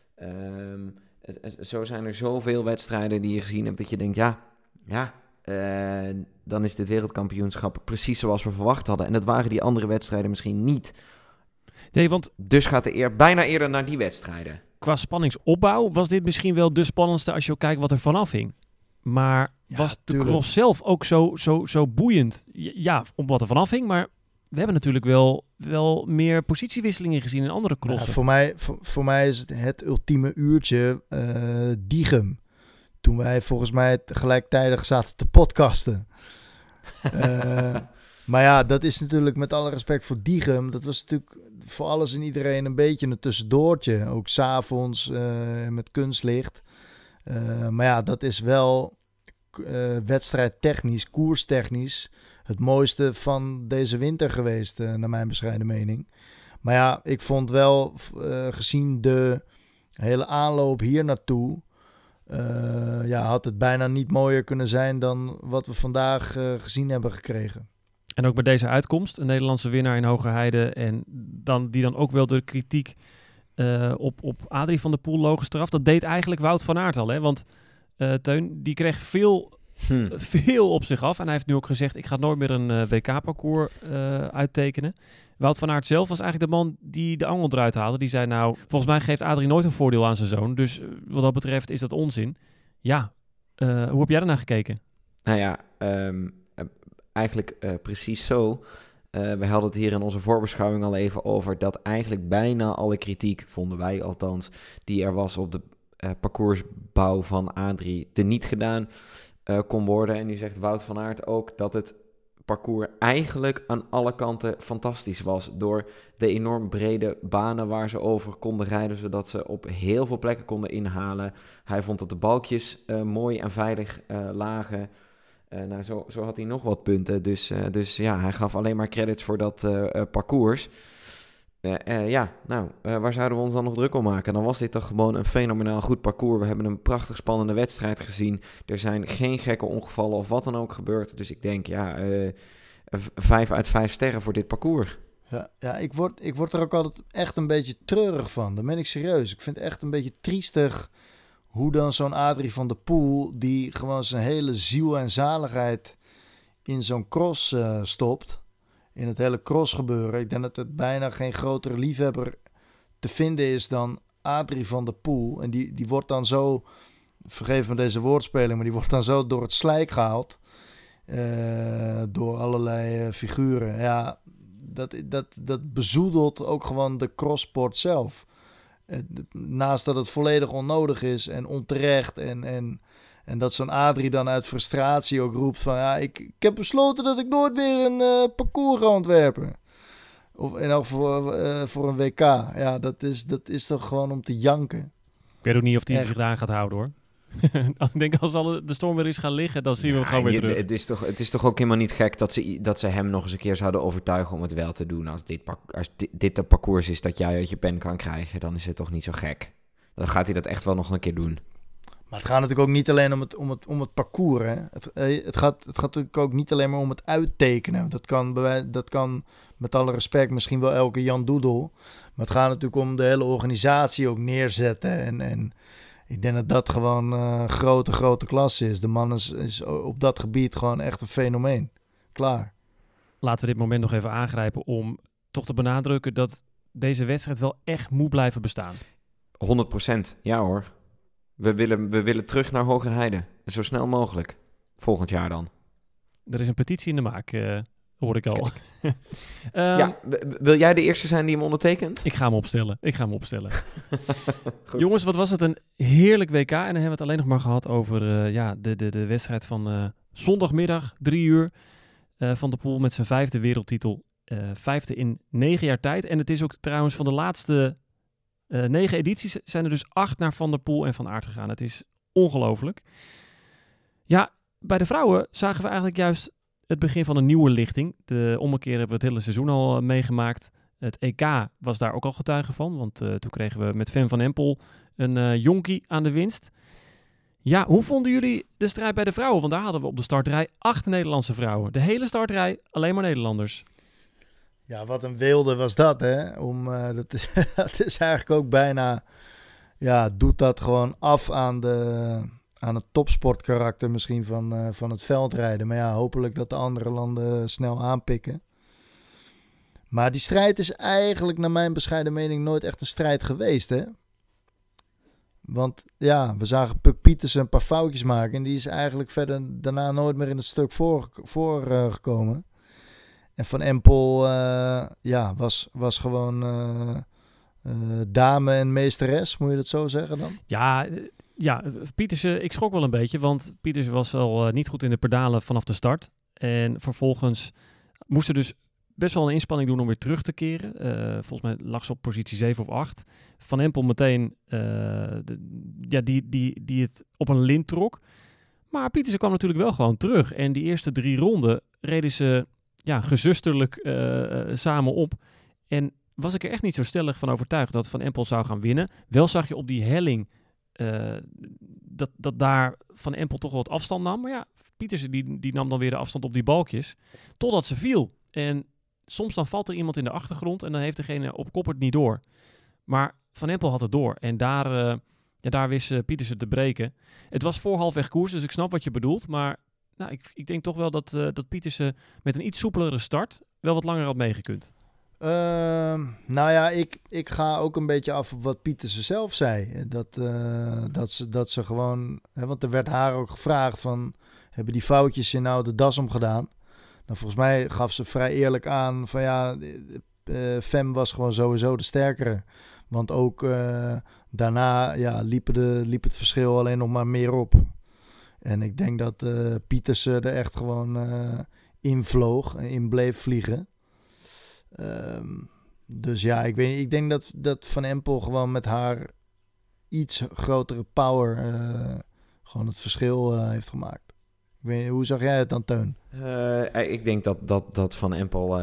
Zo zijn er zoveel wedstrijden die je gezien hebt dat je denkt, ja, dan is dit wereldkampioenschap precies zoals we verwacht hadden. En dat waren die andere wedstrijden misschien niet. Nee, want dus gaat de eer bijna eerder naar die wedstrijden. Qua spanningsopbouw was dit misschien wel de spannendste als je ook kijkt wat er vanaf hing. Maar was de cross zelf ook zo boeiend? Ja, om wat er vanaf hing, maar we hebben natuurlijk wel meer positiewisselingen gezien in andere crossen. Ja, voor mij is het ultieme uurtje Diegem. Toen wij volgens mij gelijktijdig zaten te podcasten. Maar ja, dat is natuurlijk met alle respect voor Diegem. Dat was natuurlijk voor alles en iedereen een beetje een tussendoortje. Ook 's avonds met kunstlicht. Maar ja, dat is wel wedstrijdtechnisch, koerstechnisch het mooiste van deze winter geweest, naar mijn bescheiden mening. Maar ja, ik vond wel, gezien de hele aanloop hier naartoe, had het bijna niet mooier kunnen zijn dan wat we vandaag gezien hebben gekregen. En ook bij deze uitkomst, een Nederlandse winnaar in Hogerheide en die dan ook wel de kritiek op Adrie van der Poel logisch eraf. Dat deed eigenlijk Wout van Aert al, hè? Want Teun, die kreeg veel op zich af. En hij heeft nu ook gezegd, ik ga nooit meer een WK-parcours uittekenen. Wout van Aert zelf was eigenlijk de man die de angel eruit haalde. Die zei, nou, volgens mij geeft Adrie nooit een voordeel aan zijn zoon. Dus wat dat betreft is dat onzin. Ja, hoe heb jij daarnaar gekeken? Nou ja, eigenlijk precies zo. We hadden het hier in onze voorbeschouwing al even over dat eigenlijk bijna alle kritiek, vonden wij althans, die er was op de parcoursbouw van Adrie teniet gedaan kon worden. En nu zegt Wout van Aert ook dat het parcours eigenlijk aan alle kanten fantastisch was. Door de enorm brede banen waar ze over konden rijden, zodat ze op heel veel plekken konden inhalen. Hij vond dat de balkjes mooi en veilig lagen. Zo had hij nog wat punten. Dus ja, hij gaf alleen maar credits voor dat parcours. Waar zouden we ons dan nog druk om maken? Dan was dit toch gewoon een fenomenaal goed parcours. We hebben een prachtig spannende wedstrijd gezien. Er zijn geen gekke ongevallen of wat dan ook gebeurd. Dus ik denk, 5 uit 5 sterren voor dit parcours. Ja, ik word er ook altijd echt een beetje treurig van. Dan ben ik serieus. Ik vind het echt een beetje triestig hoe dan zo'n Adrie van der Poel, die gewoon zijn hele ziel en zaligheid in zo'n cross stopt. In het hele cross gebeuren. Ik denk dat er bijna geen grotere liefhebber te vinden is dan Adrie van der Poel. En die wordt dan zo, vergeef me deze woordspeling, maar die wordt dan zo door het slijk gehaald. Door allerlei figuren. Ja, dat bezoedelt ook gewoon de crossport zelf. Naast dat het volledig onnodig is en onterecht en dat zo'n Adrie dan uit frustratie ook roept van ja, ik heb besloten dat ik nooit meer een parcours ga ontwerpen. Of en ook voor een WK. Ja, dat is toch gewoon om te janken. Ik weet ook niet of hij zich daar gaat houden hoor. Ik denk als de storm weer eens gaan liggen, dan zien we hem gewoon weer terug. Het is toch ook helemaal niet gek dat ze hem nog eens een keer zouden overtuigen om het wel te doen. Als dit de parcours is dat jij uit je pen kan krijgen, dan is het toch niet zo gek. Dan gaat hij dat echt wel nog een keer doen. Maar het gaat natuurlijk ook niet alleen om het parcours. Hè? Het gaat natuurlijk ook niet alleen maar om het uittekenen. Dat kan met alle respect misschien wel elke Jan Doedel. Maar het gaat natuurlijk om de hele organisatie ook neerzetten. En ik denk dat dat gewoon grote klasse is. De man is op dat gebied gewoon echt een fenomeen. Klaar. Laten we dit moment nog even aangrijpen om toch te benadrukken dat deze wedstrijd wel echt moet blijven bestaan. 100%, ja hoor. We willen terug naar Hogerheide. Zo snel mogelijk. Volgend jaar dan. Er is een petitie in de maak, hoor ik al. Wil jij de eerste zijn die hem ondertekent? Ik ga hem opstellen. Jongens, wat was het een heerlijk WK. En dan hebben we het alleen nog maar gehad over de wedstrijd van zondagmiddag, 3 uur. Van der Poel met zijn 5e wereldtitel. 5e in 9 jaar tijd. En het is ook trouwens van de laatste 9 edities zijn er dus 8 naar Van der Poel en Van Aert gegaan. Het is ongelooflijk. Ja, bij de vrouwen zagen we eigenlijk juist het begin van een nieuwe lichting. De ommekeer hebben we het hele seizoen al meegemaakt. Het EK was daar ook al getuige van. Want toen kregen we met Fem van Empel een jonkie aan de winst. Ja, hoe vonden jullie de strijd bij de vrouwen? Want daar hadden we op de startrij 8 Nederlandse vrouwen. De hele startrij alleen maar Nederlanders. Ja, wat een weelde was dat, hè? Dat is eigenlijk ook bijna... Ja, doet dat gewoon af aan het topsportkarakter misschien van het veldrijden. Maar ja, hopelijk dat de andere landen snel aanpikken. Maar die strijd is eigenlijk, naar mijn bescheiden mening, nooit echt een strijd geweest, hè? Want ja, we zagen Puk Pietersen een paar foutjes maken. En die is eigenlijk verder daarna nooit meer in het stuk voorgekomen. En Van Empel was gewoon dame en meesteres, moet je dat zo zeggen dan? Ja, Pietersen, ik schrok wel een beetje, want Pietersen was al niet goed in de pedalen vanaf de start. En vervolgens moest er dus best wel een inspanning doen om weer terug te keren. Volgens mij lag ze op positie 7 of 8. Van Empel meteen die het op een lint trok. Maar Pietersen kwam natuurlijk wel gewoon terug. En die eerste 3 ronden reden ze gezusterlijk samen op. En was ik er echt niet zo stellig van overtuigd dat Van Empel zou gaan winnen. Wel zag je op die helling dat daar Van Empel toch wel wat afstand nam. Maar ja, Pietersen die nam dan weer de afstand op die balkjes. Totdat ze viel. En soms dan valt er iemand in de achtergrond en dan heeft degene op kop het niet door. Maar Van Empel had het door. En daar wist Pietersen te breken. Het was voor halfweg koers, dus ik snap wat je bedoelt. Maar ik denk toch wel dat Pietersen met een iets soepelere start wel wat langer had meegekund. Ik ga ook een beetje af op wat Pietersen zelf zei. Dat ze gewoon... want er werd haar ook gevraagd van... Hebben die foutjes je nou de das om gedaan? Nou, volgens mij gaf ze vrij eerlijk aan van ja, Fem was gewoon sowieso de sterkere. Want ook daarna liep het verschil alleen nog maar meer op. En ik denk dat Pietersen er echt gewoon invloog en in bleef vliegen. Dus ja, ik denk dat Van Empel gewoon met haar iets grotere power gewoon het verschil heeft gemaakt. Ik weet niet, hoe zag jij het dan, Teun? Ik denk dat Van Empel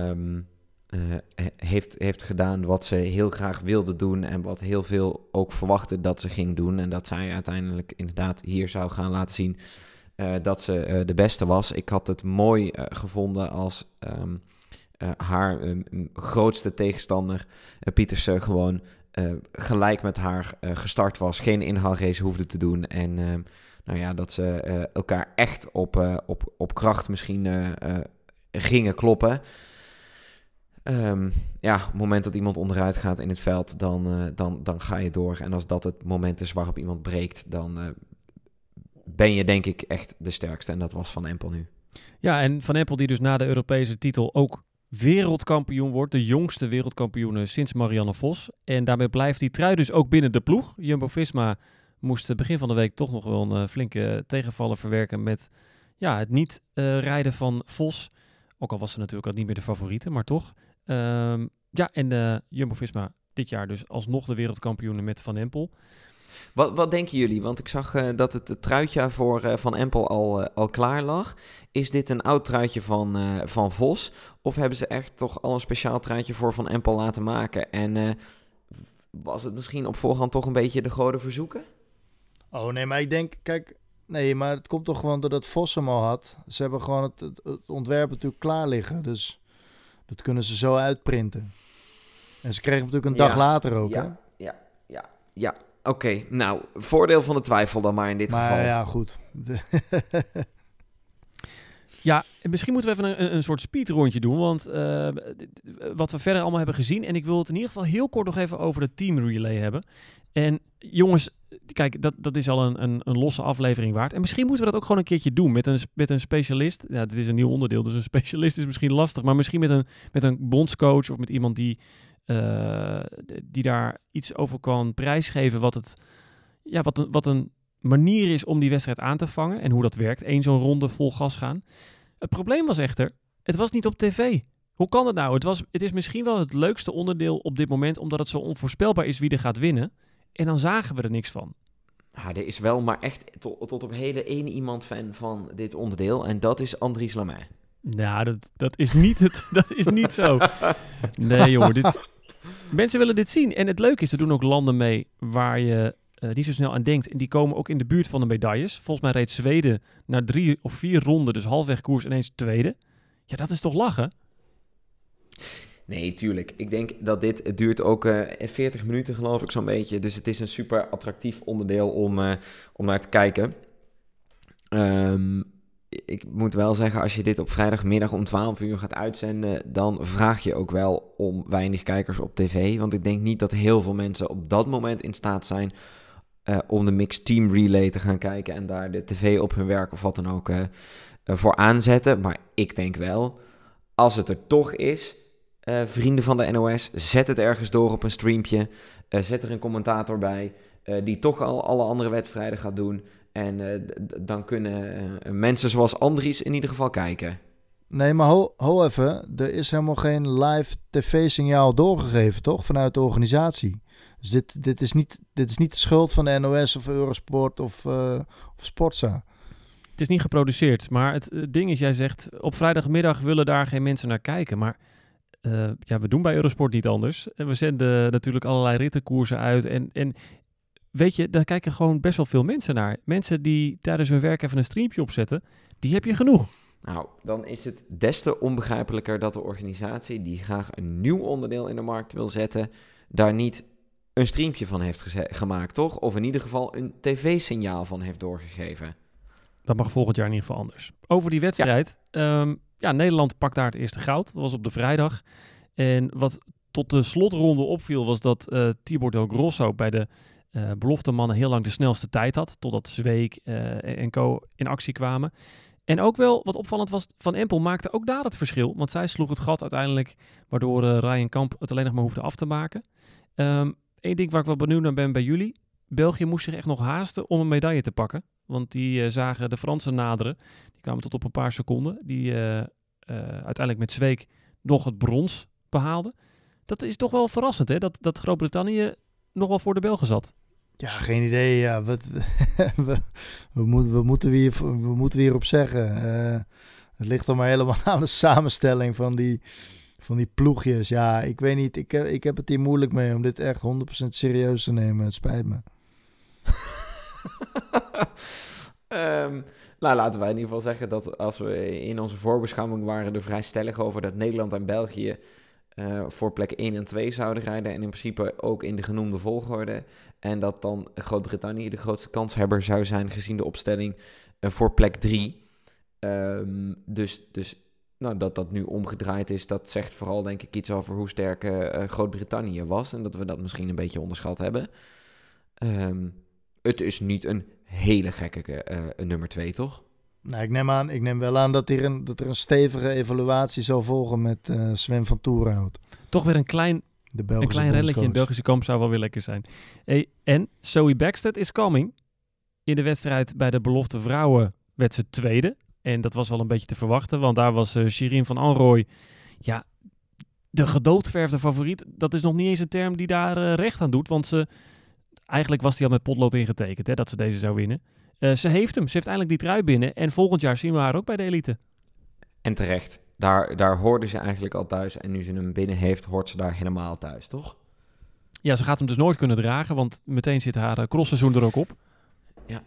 heeft gedaan wat ze heel graag wilde doen en wat heel veel ook verwachtte dat ze ging doen. En dat zij uiteindelijk inderdaad hier zou gaan laten zien dat ze de beste was. Ik had het mooi gevonden als haar grootste tegenstander, Pietersen, gewoon gelijk met haar gestart was. Geen inhaalrace hoefde te doen. En dat ze elkaar echt op kracht misschien gingen kloppen. Op het moment dat iemand onderuit gaat in het veld, dan ga je door. En als dat het moment is waarop iemand breekt, dan ben je denk ik echt de sterkste. En dat was Van Empel nu. Ja, en Van Empel die dus na de Europese titel ook wereldkampioen wordt. De jongste wereldkampioene sinds Marianne Vos. En daarmee blijft die trui dus ook binnen de ploeg. Jumbo-Visma moest begin van de week toch nog wel een flinke tegenvaller verwerken met het niet rijden van Vos. Ook al was ze natuurlijk al niet meer de favoriete, maar toch. En Jumbo-Visma dit jaar dus alsnog de wereldkampioenen met Van Empel. Wat denken jullie? Want ik zag dat het truitje voor Van Empel al klaar lag. Is dit een oud truitje van Vos? Of hebben ze echt toch al een speciaal truitje voor Van Empel laten maken? En was het misschien op voorhand toch een beetje de goden verzoeken? Oh nee, maar ik denk, maar het komt toch gewoon doordat Vos hem al had. Ze hebben gewoon het ontwerp natuurlijk klaar liggen. Dus dat kunnen ze zo uitprinten. En ze kregen natuurlijk een dag later ook, hè? Ja. Oké, nou, voordeel van de twijfel dan maar in dit geval. Ja, goed. Ja, misschien moeten we even een soort speedrondje doen, want wat we verder allemaal hebben gezien, en ik wil het in ieder geval heel kort nog even over de teamrelay hebben. En jongens, kijk, dat is al een losse aflevering waard. En misschien moeten we dat ook gewoon een keertje doen met een specialist. Ja, dit is een nieuw onderdeel, dus een specialist is misschien lastig, maar misschien met een bondscoach of met iemand die daar iets over kan prijsgeven wat een manier is om die wedstrijd aan te vangen en hoe dat werkt. Eén zo'n ronde vol gas gaan. Het probleem was echter, het was niet op tv. Hoe kan het nou? Het is misschien wel het leukste onderdeel op dit moment, omdat het zo onvoorspelbaar is wie er gaat winnen. En dan zagen we er niks van. Er is wel maar echt tot op heden één iemand fan van dit onderdeel en dat is Andries Lamain. Nou, dat is niet zo. Nee, jongen, mensen willen dit zien. En het leuke is, er doen ook landen mee waar je niet zo snel aan denkt. En die komen ook in de buurt van de medailles. Volgens mij reed Zweden na 3 of 4 ronden, dus halfweg koers, ineens tweede. Ja, dat is toch lachen? Nee, tuurlijk. Ik denk dat het duurt ook 40 minuten, geloof ik, zo'n beetje. Dus het is een super attractief onderdeel om naar te kijken. Ik moet wel zeggen, als je dit op vrijdagmiddag om 12 uur gaat uitzenden, dan vraag je ook wel om weinig kijkers op tv. Want ik denk niet dat heel veel mensen op dat moment in staat zijn om de mixed team relay te gaan kijken en daar de tv op hun werk of wat dan ook voor aanzetten. Maar ik denk wel, als het er toch is, vrienden van de NOS, zet het ergens door op een streampje. Zet er een commentator bij die toch al alle andere wedstrijden gaat doen. En dan kunnen mensen zoals Andries in ieder geval kijken. Nee, maar ho even. Er is helemaal geen live tv-signaal doorgegeven, toch? Vanuit de organisatie. Dus dit is niet de schuld van de NOS of Eurosport of Sportza. Het is niet geproduceerd. Maar het ding is, jij zegt, op vrijdagmiddag willen daar geen mensen naar kijken. Maar we doen bij Eurosport niet anders. En we zenden natuurlijk allerlei rittenkoersen uit. En weet je, daar kijken gewoon best wel veel mensen naar. Mensen die tijdens hun werk even een streampje opzetten, die heb je genoeg. Nou, dan is het des te onbegrijpelijker dat de organisatie die graag een nieuw onderdeel in de markt wil zetten, daar niet een streampje van heeft gemaakt, toch? Of in ieder geval een tv-signaal van heeft doorgegeven. Dat mag volgend jaar in ieder geval anders. Over die wedstrijd. Ja. Nederland pakt daar het eerste goud. Dat was op de vrijdag. En wat tot de slotronde opviel was dat Thibaut Del Grosso bij de belofte mannen heel lang de snelste tijd had. Totdat Zweek en co. in actie kwamen. En ook wel wat opvallend was, Van Empel maakte ook daar het verschil. Want zij sloeg het gat uiteindelijk, waardoor Ryan Kamp het alleen nog maar hoefde af te maken. Eén ding waar ik wel benieuwd naar ben bij jullie. België moest zich echt nog haasten om een medaille te pakken. Want die zagen de Fransen naderen. Die kwamen tot op een paar seconden. Die uiteindelijk met Zweek nog het brons behaalden. Dat is toch wel verrassend, hè? Dat Groot-Brittannië nog wel voor de Belgen zat. Ja, geen idee. Ja, we moeten hierop zeggen. Het ligt dan maar helemaal aan de samenstelling van die ploegjes. Ja, ik weet niet. Ik heb het hier moeilijk mee om dit echt 100% serieus te nemen. Het spijt me. Nou, laten wij in ieder geval zeggen dat als we in onze voorbeschouwing waren er vrij stellig over dat Nederland en België voor plek 1 en 2 zouden rijden. En in principe ook in de genoemde volgorde. En dat dan Groot-Brittannië de grootste kanshebber zou zijn gezien de opstelling voor plek 3. Dus nou, dat nu omgedraaid is, dat zegt vooral denk ik iets over hoe sterk Groot-Brittannië was. En dat we dat misschien een beetje onderschat hebben. Het is niet een hele gekke nummer 2, toch? Nou, ik neem wel aan dat er een stevige evaluatie zal volgen met Sven van Toerhout. Toch weer een klein relletje in het Belgische kamp zou wel weer lekker zijn. En Zoe Bäckstedt is coming. In de wedstrijd bij de belofte vrouwen werd ze tweede. En dat was wel een beetje te verwachten, want daar was Shirin van Anrooy, ja, de gedoodverfde favoriet. Dat is nog niet eens een term die daar recht aan doet, want eigenlijk was die al met potlood ingetekend, hè, dat ze deze zou winnen. Ze heeft hem. Ze heeft eindelijk die trui binnen. En volgend jaar zien we haar ook bij de elite. En terecht. Daar hoorde ze eigenlijk al thuis. En nu ze hem binnen heeft, hoort ze daar helemaal thuis, toch? Ja, ze gaat hem dus nooit kunnen dragen. Want meteen zit haar crossseizoen er ook op. Ja.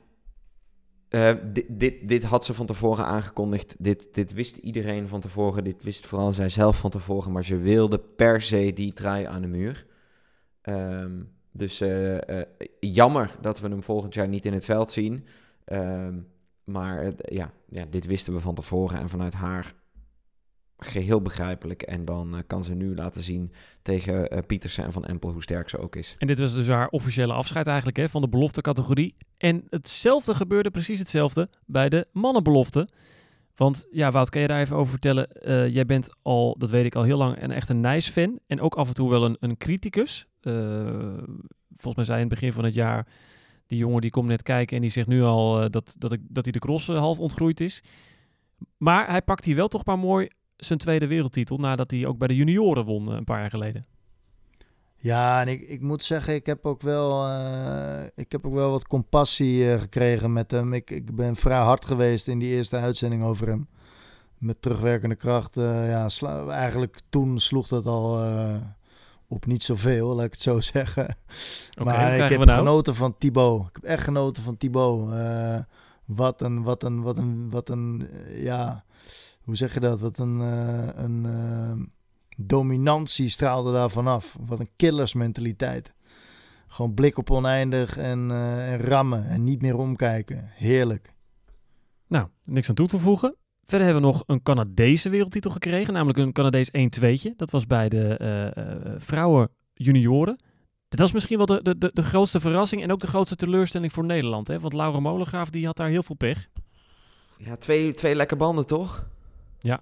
Dit had ze van tevoren aangekondigd. Dit wist iedereen van tevoren. Dit wist vooral zij zelf van tevoren. Maar ze wilde per se die trui aan de muur. Dus jammer dat we hem volgend jaar niet in het veld zien. Maar dit wisten we van tevoren en vanuit haar geheel begrijpelijk. En dan kan ze nu laten zien tegen Pietersen en Van Empel hoe sterk ze ook is. En dit was dus haar officiële afscheid eigenlijk, hè, van de belofte-categorie. En hetzelfde gebeurde, precies hetzelfde, bij de mannenbelofte. Want ja, Wout, kan je daar even over vertellen? Jij bent al, dat weet ik al heel lang, echt een Nijs-fan. En ook af en toe wel een criticus. Volgens mij zei in het begin van het jaar, die jongen die komt net kijken en die zegt nu al dat hij de cross half ontgroeid is. Maar hij pakt hier wel toch maar mooi zijn tweede wereldtitel, nadat hij ook bij de junioren won een paar jaar geleden. Ja, en ik moet zeggen, ik heb ook wel wat compassie gekregen met hem. Ik ben vrij hard geweest in die eerste uitzending over hem. Met terugwerkende kracht. Eigenlijk toen sloeg dat al op niet zoveel, laat ik het zo zeggen. Okay, maar ik heb genoten van Thibaut. Ik heb echt genoten van Thibaut. Wat een, ja, hoe zeg je dat? Wat een dominantie straalde daar vanaf. Wat een killersmentaliteit. Gewoon blik op oneindig en rammen en niet meer omkijken. Heerlijk. Nou, niks aan toe te voegen. Verder hebben we nog een Canadese wereldtitel gekregen, namelijk een Canadees 1-2'tje. Dat was bij de vrouwen junioren. Dat was misschien wel de grootste verrassing en ook de grootste teleurstelling voor Nederland. Hè? Want Laura Molengraaf die had daar heel veel pech. Ja, twee lekke banden, toch? Ja.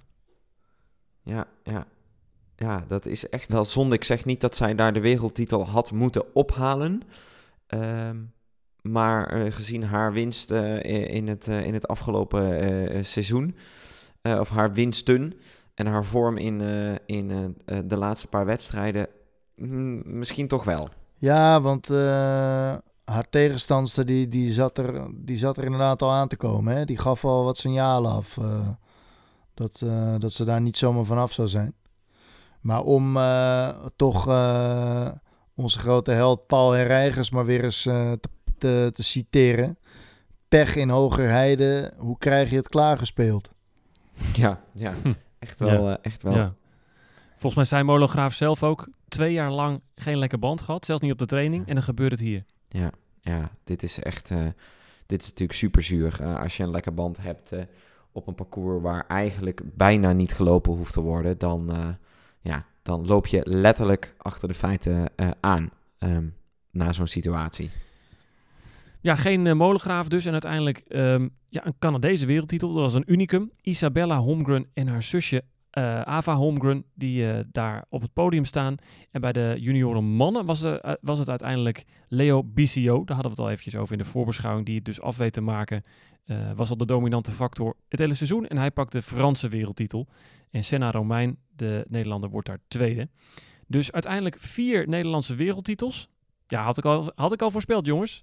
Ja, dat is echt wel zonde. Ik zeg niet dat zij daar de wereldtitel had moeten ophalen. Maar gezien haar winst in het afgelopen seizoen, of haar winsten en haar vorm in de laatste paar wedstrijden, misschien toch wel. Ja, want haar tegenstandster die zat er inderdaad al aan te komen. Hè? Die gaf al wat signalen af dat ze daar niet zomaar vanaf zou zijn. Maar om toch onze grote held Paul Herreigers maar weer eens te citeren. Pech in Hogerheide, hoe krijg je het klaargespeeld? Ja, echt wel. Ja. Volgens mij zei Molengraaf zelf ook 2 jaar lang geen lekker band gehad. Zelfs niet op de training. En dan gebeurt het hier. Ja, dit is echt... dit is natuurlijk super zuur. Als je een lekker band hebt op een parcours waar eigenlijk bijna niet gelopen hoeft te worden, dan loop je letterlijk achter de feiten aan na zo'n situatie. Ja, geen Molengraaf dus. En uiteindelijk een Canadese wereldtitel. Dat was een unicum. Isabella Holmgren en haar zusje Ava Holmgren, die daar op het podium staan. En bij de junioren mannen was het uiteindelijk Leo Bicio. Daar hadden we het al eventjes over in de voorbeschouwing. Die het dus af weet te maken. Was al de dominante factor het hele seizoen. En hij pakt de Franse wereldtitel. En Senna Romein, de Nederlander, wordt daar tweede. Dus uiteindelijk 4 Nederlandse wereldtitels. Ja, had ik al voorspeld, jongens.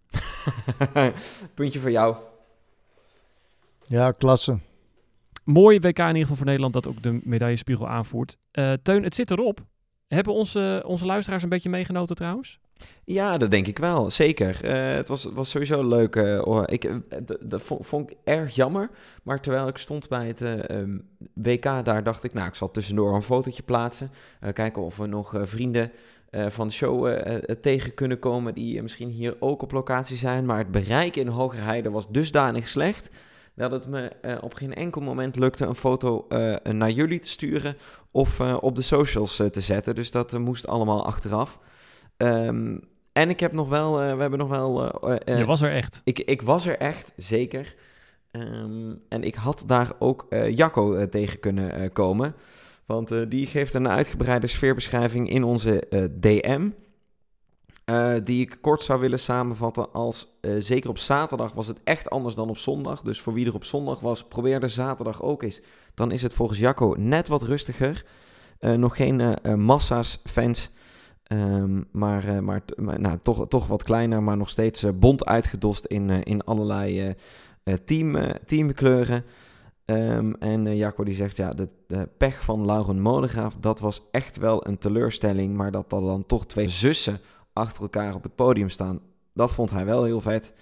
Puntje voor jou. Ja, klasse. Mooi WK in ieder geval voor Nederland dat ook de medaillespiegel aanvoert. Teun, het zit erop. Hebben onze luisteraars een beetje meegenoten trouwens? Ja, dat denk ik wel. Zeker. Het was sowieso leuk. Dat vond ik erg jammer. Maar terwijl ik stond bij het WK daar, dacht ik, ik zal tussendoor een fotootje plaatsen. Kijken of we nog vrienden van de show tegen kunnen komen die misschien hier ook op locatie zijn. Maar het bereik in Hogerheide was dusdanig slecht dat het me op geen enkel moment lukte een foto naar jullie te sturen of op de socials te zetten. Dus dat moest allemaal achteraf. En ik heb nog wel, we hebben nog wel... Je was er echt. Ik was er echt, zeker. En ik had daar ook Jacco tegen kunnen komen. Want die geeft een uitgebreide sfeerbeschrijving in onze DM. Die ik kort zou willen samenvatten als... zeker op zaterdag was het echt anders dan op zondag. Dus voor wie er op zondag was, probeer de zaterdag ook eens. Dan is het volgens Jacco net wat rustiger. Nog geen massa's fans... maar toch wat kleiner, maar nog steeds bont uitgedost in allerlei teamkleuren. En Jacco die zegt, ja, de pech van Lauren Molengraaf, dat was echt wel een teleurstelling. Maar dat er dan toch 2 zussen achter elkaar op het podium staan, dat vond hij wel heel vet.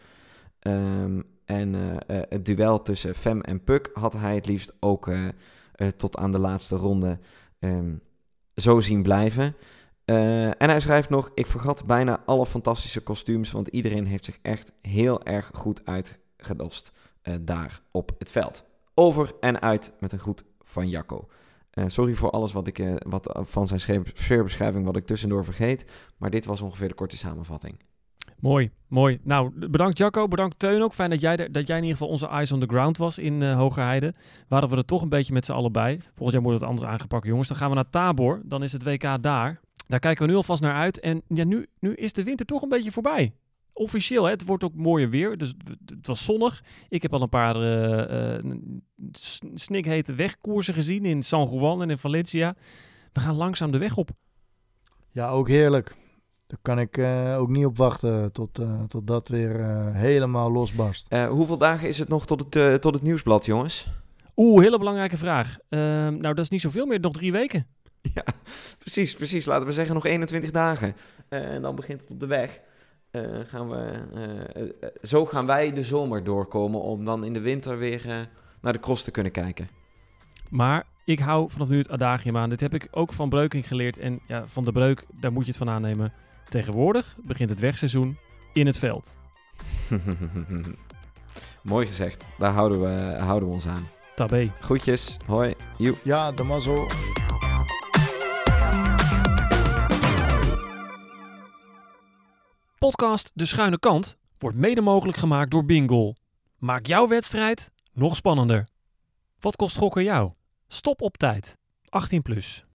Het duel tussen Fem en Puk had hij het liefst ook tot aan de laatste ronde zo zien blijven. En hij schrijft nog, ik vergat bijna alle fantastische kostuums, want iedereen heeft zich echt heel erg goed uitgedost daar op het veld. Over en uit met een groet van Jacco. Sorry voor alles wat van zijn sfeerbeschrijving wat ik tussendoor vergeet, maar dit was ongeveer de korte samenvatting. Mooi. Nou, bedankt Jacco, bedankt Teun ook. Fijn dat jij in ieder geval onze eyes on the ground was in Hogerheide. Waren we er toch een beetje met z'n allen bij. Volgens mij moet het anders aangepakt, jongens. Dan gaan we naar Tabor, dan is het WK daar. Daar kijken we nu alvast naar uit. En ja, nu is de winter toch een beetje voorbij. Officieel, hè? Het wordt ook mooier weer. Dus het was zonnig. Ik heb al een paar snikhete wegkoersen gezien in San Juan en in Valencia. We gaan langzaam de weg op. Ja, ook heerlijk. Daar kan ik ook niet op wachten tot dat weer helemaal losbarst. Hoeveel dagen is het nog tot het nieuwsblad, jongens? Hele belangrijke vraag. Nou, dat is niet zoveel meer. Nog 3 weken. Ja, precies. Laten we zeggen nog 21 dagen. En dan begint het op de weg. Zo gaan wij de zomer doorkomen om dan in de winter weer naar de cross te kunnen kijken. Maar ik hou vanaf nu het adagium aan. Dit heb ik ook van Breukink geleerd. En ja, van de Breuk, daar moet je het van aannemen. Tegenwoordig begint het wegseizoen in het veld. Mooi gezegd. Daar houden we ons aan. Tabé. Groetjes. Hoi. Joep. Ja, de mazzel. Podcast De Schuine Kant wordt mede mogelijk gemaakt door Bingoal. Maak jouw wedstrijd nog spannender. Wat kost gokken jou? Stop op tijd. 18+.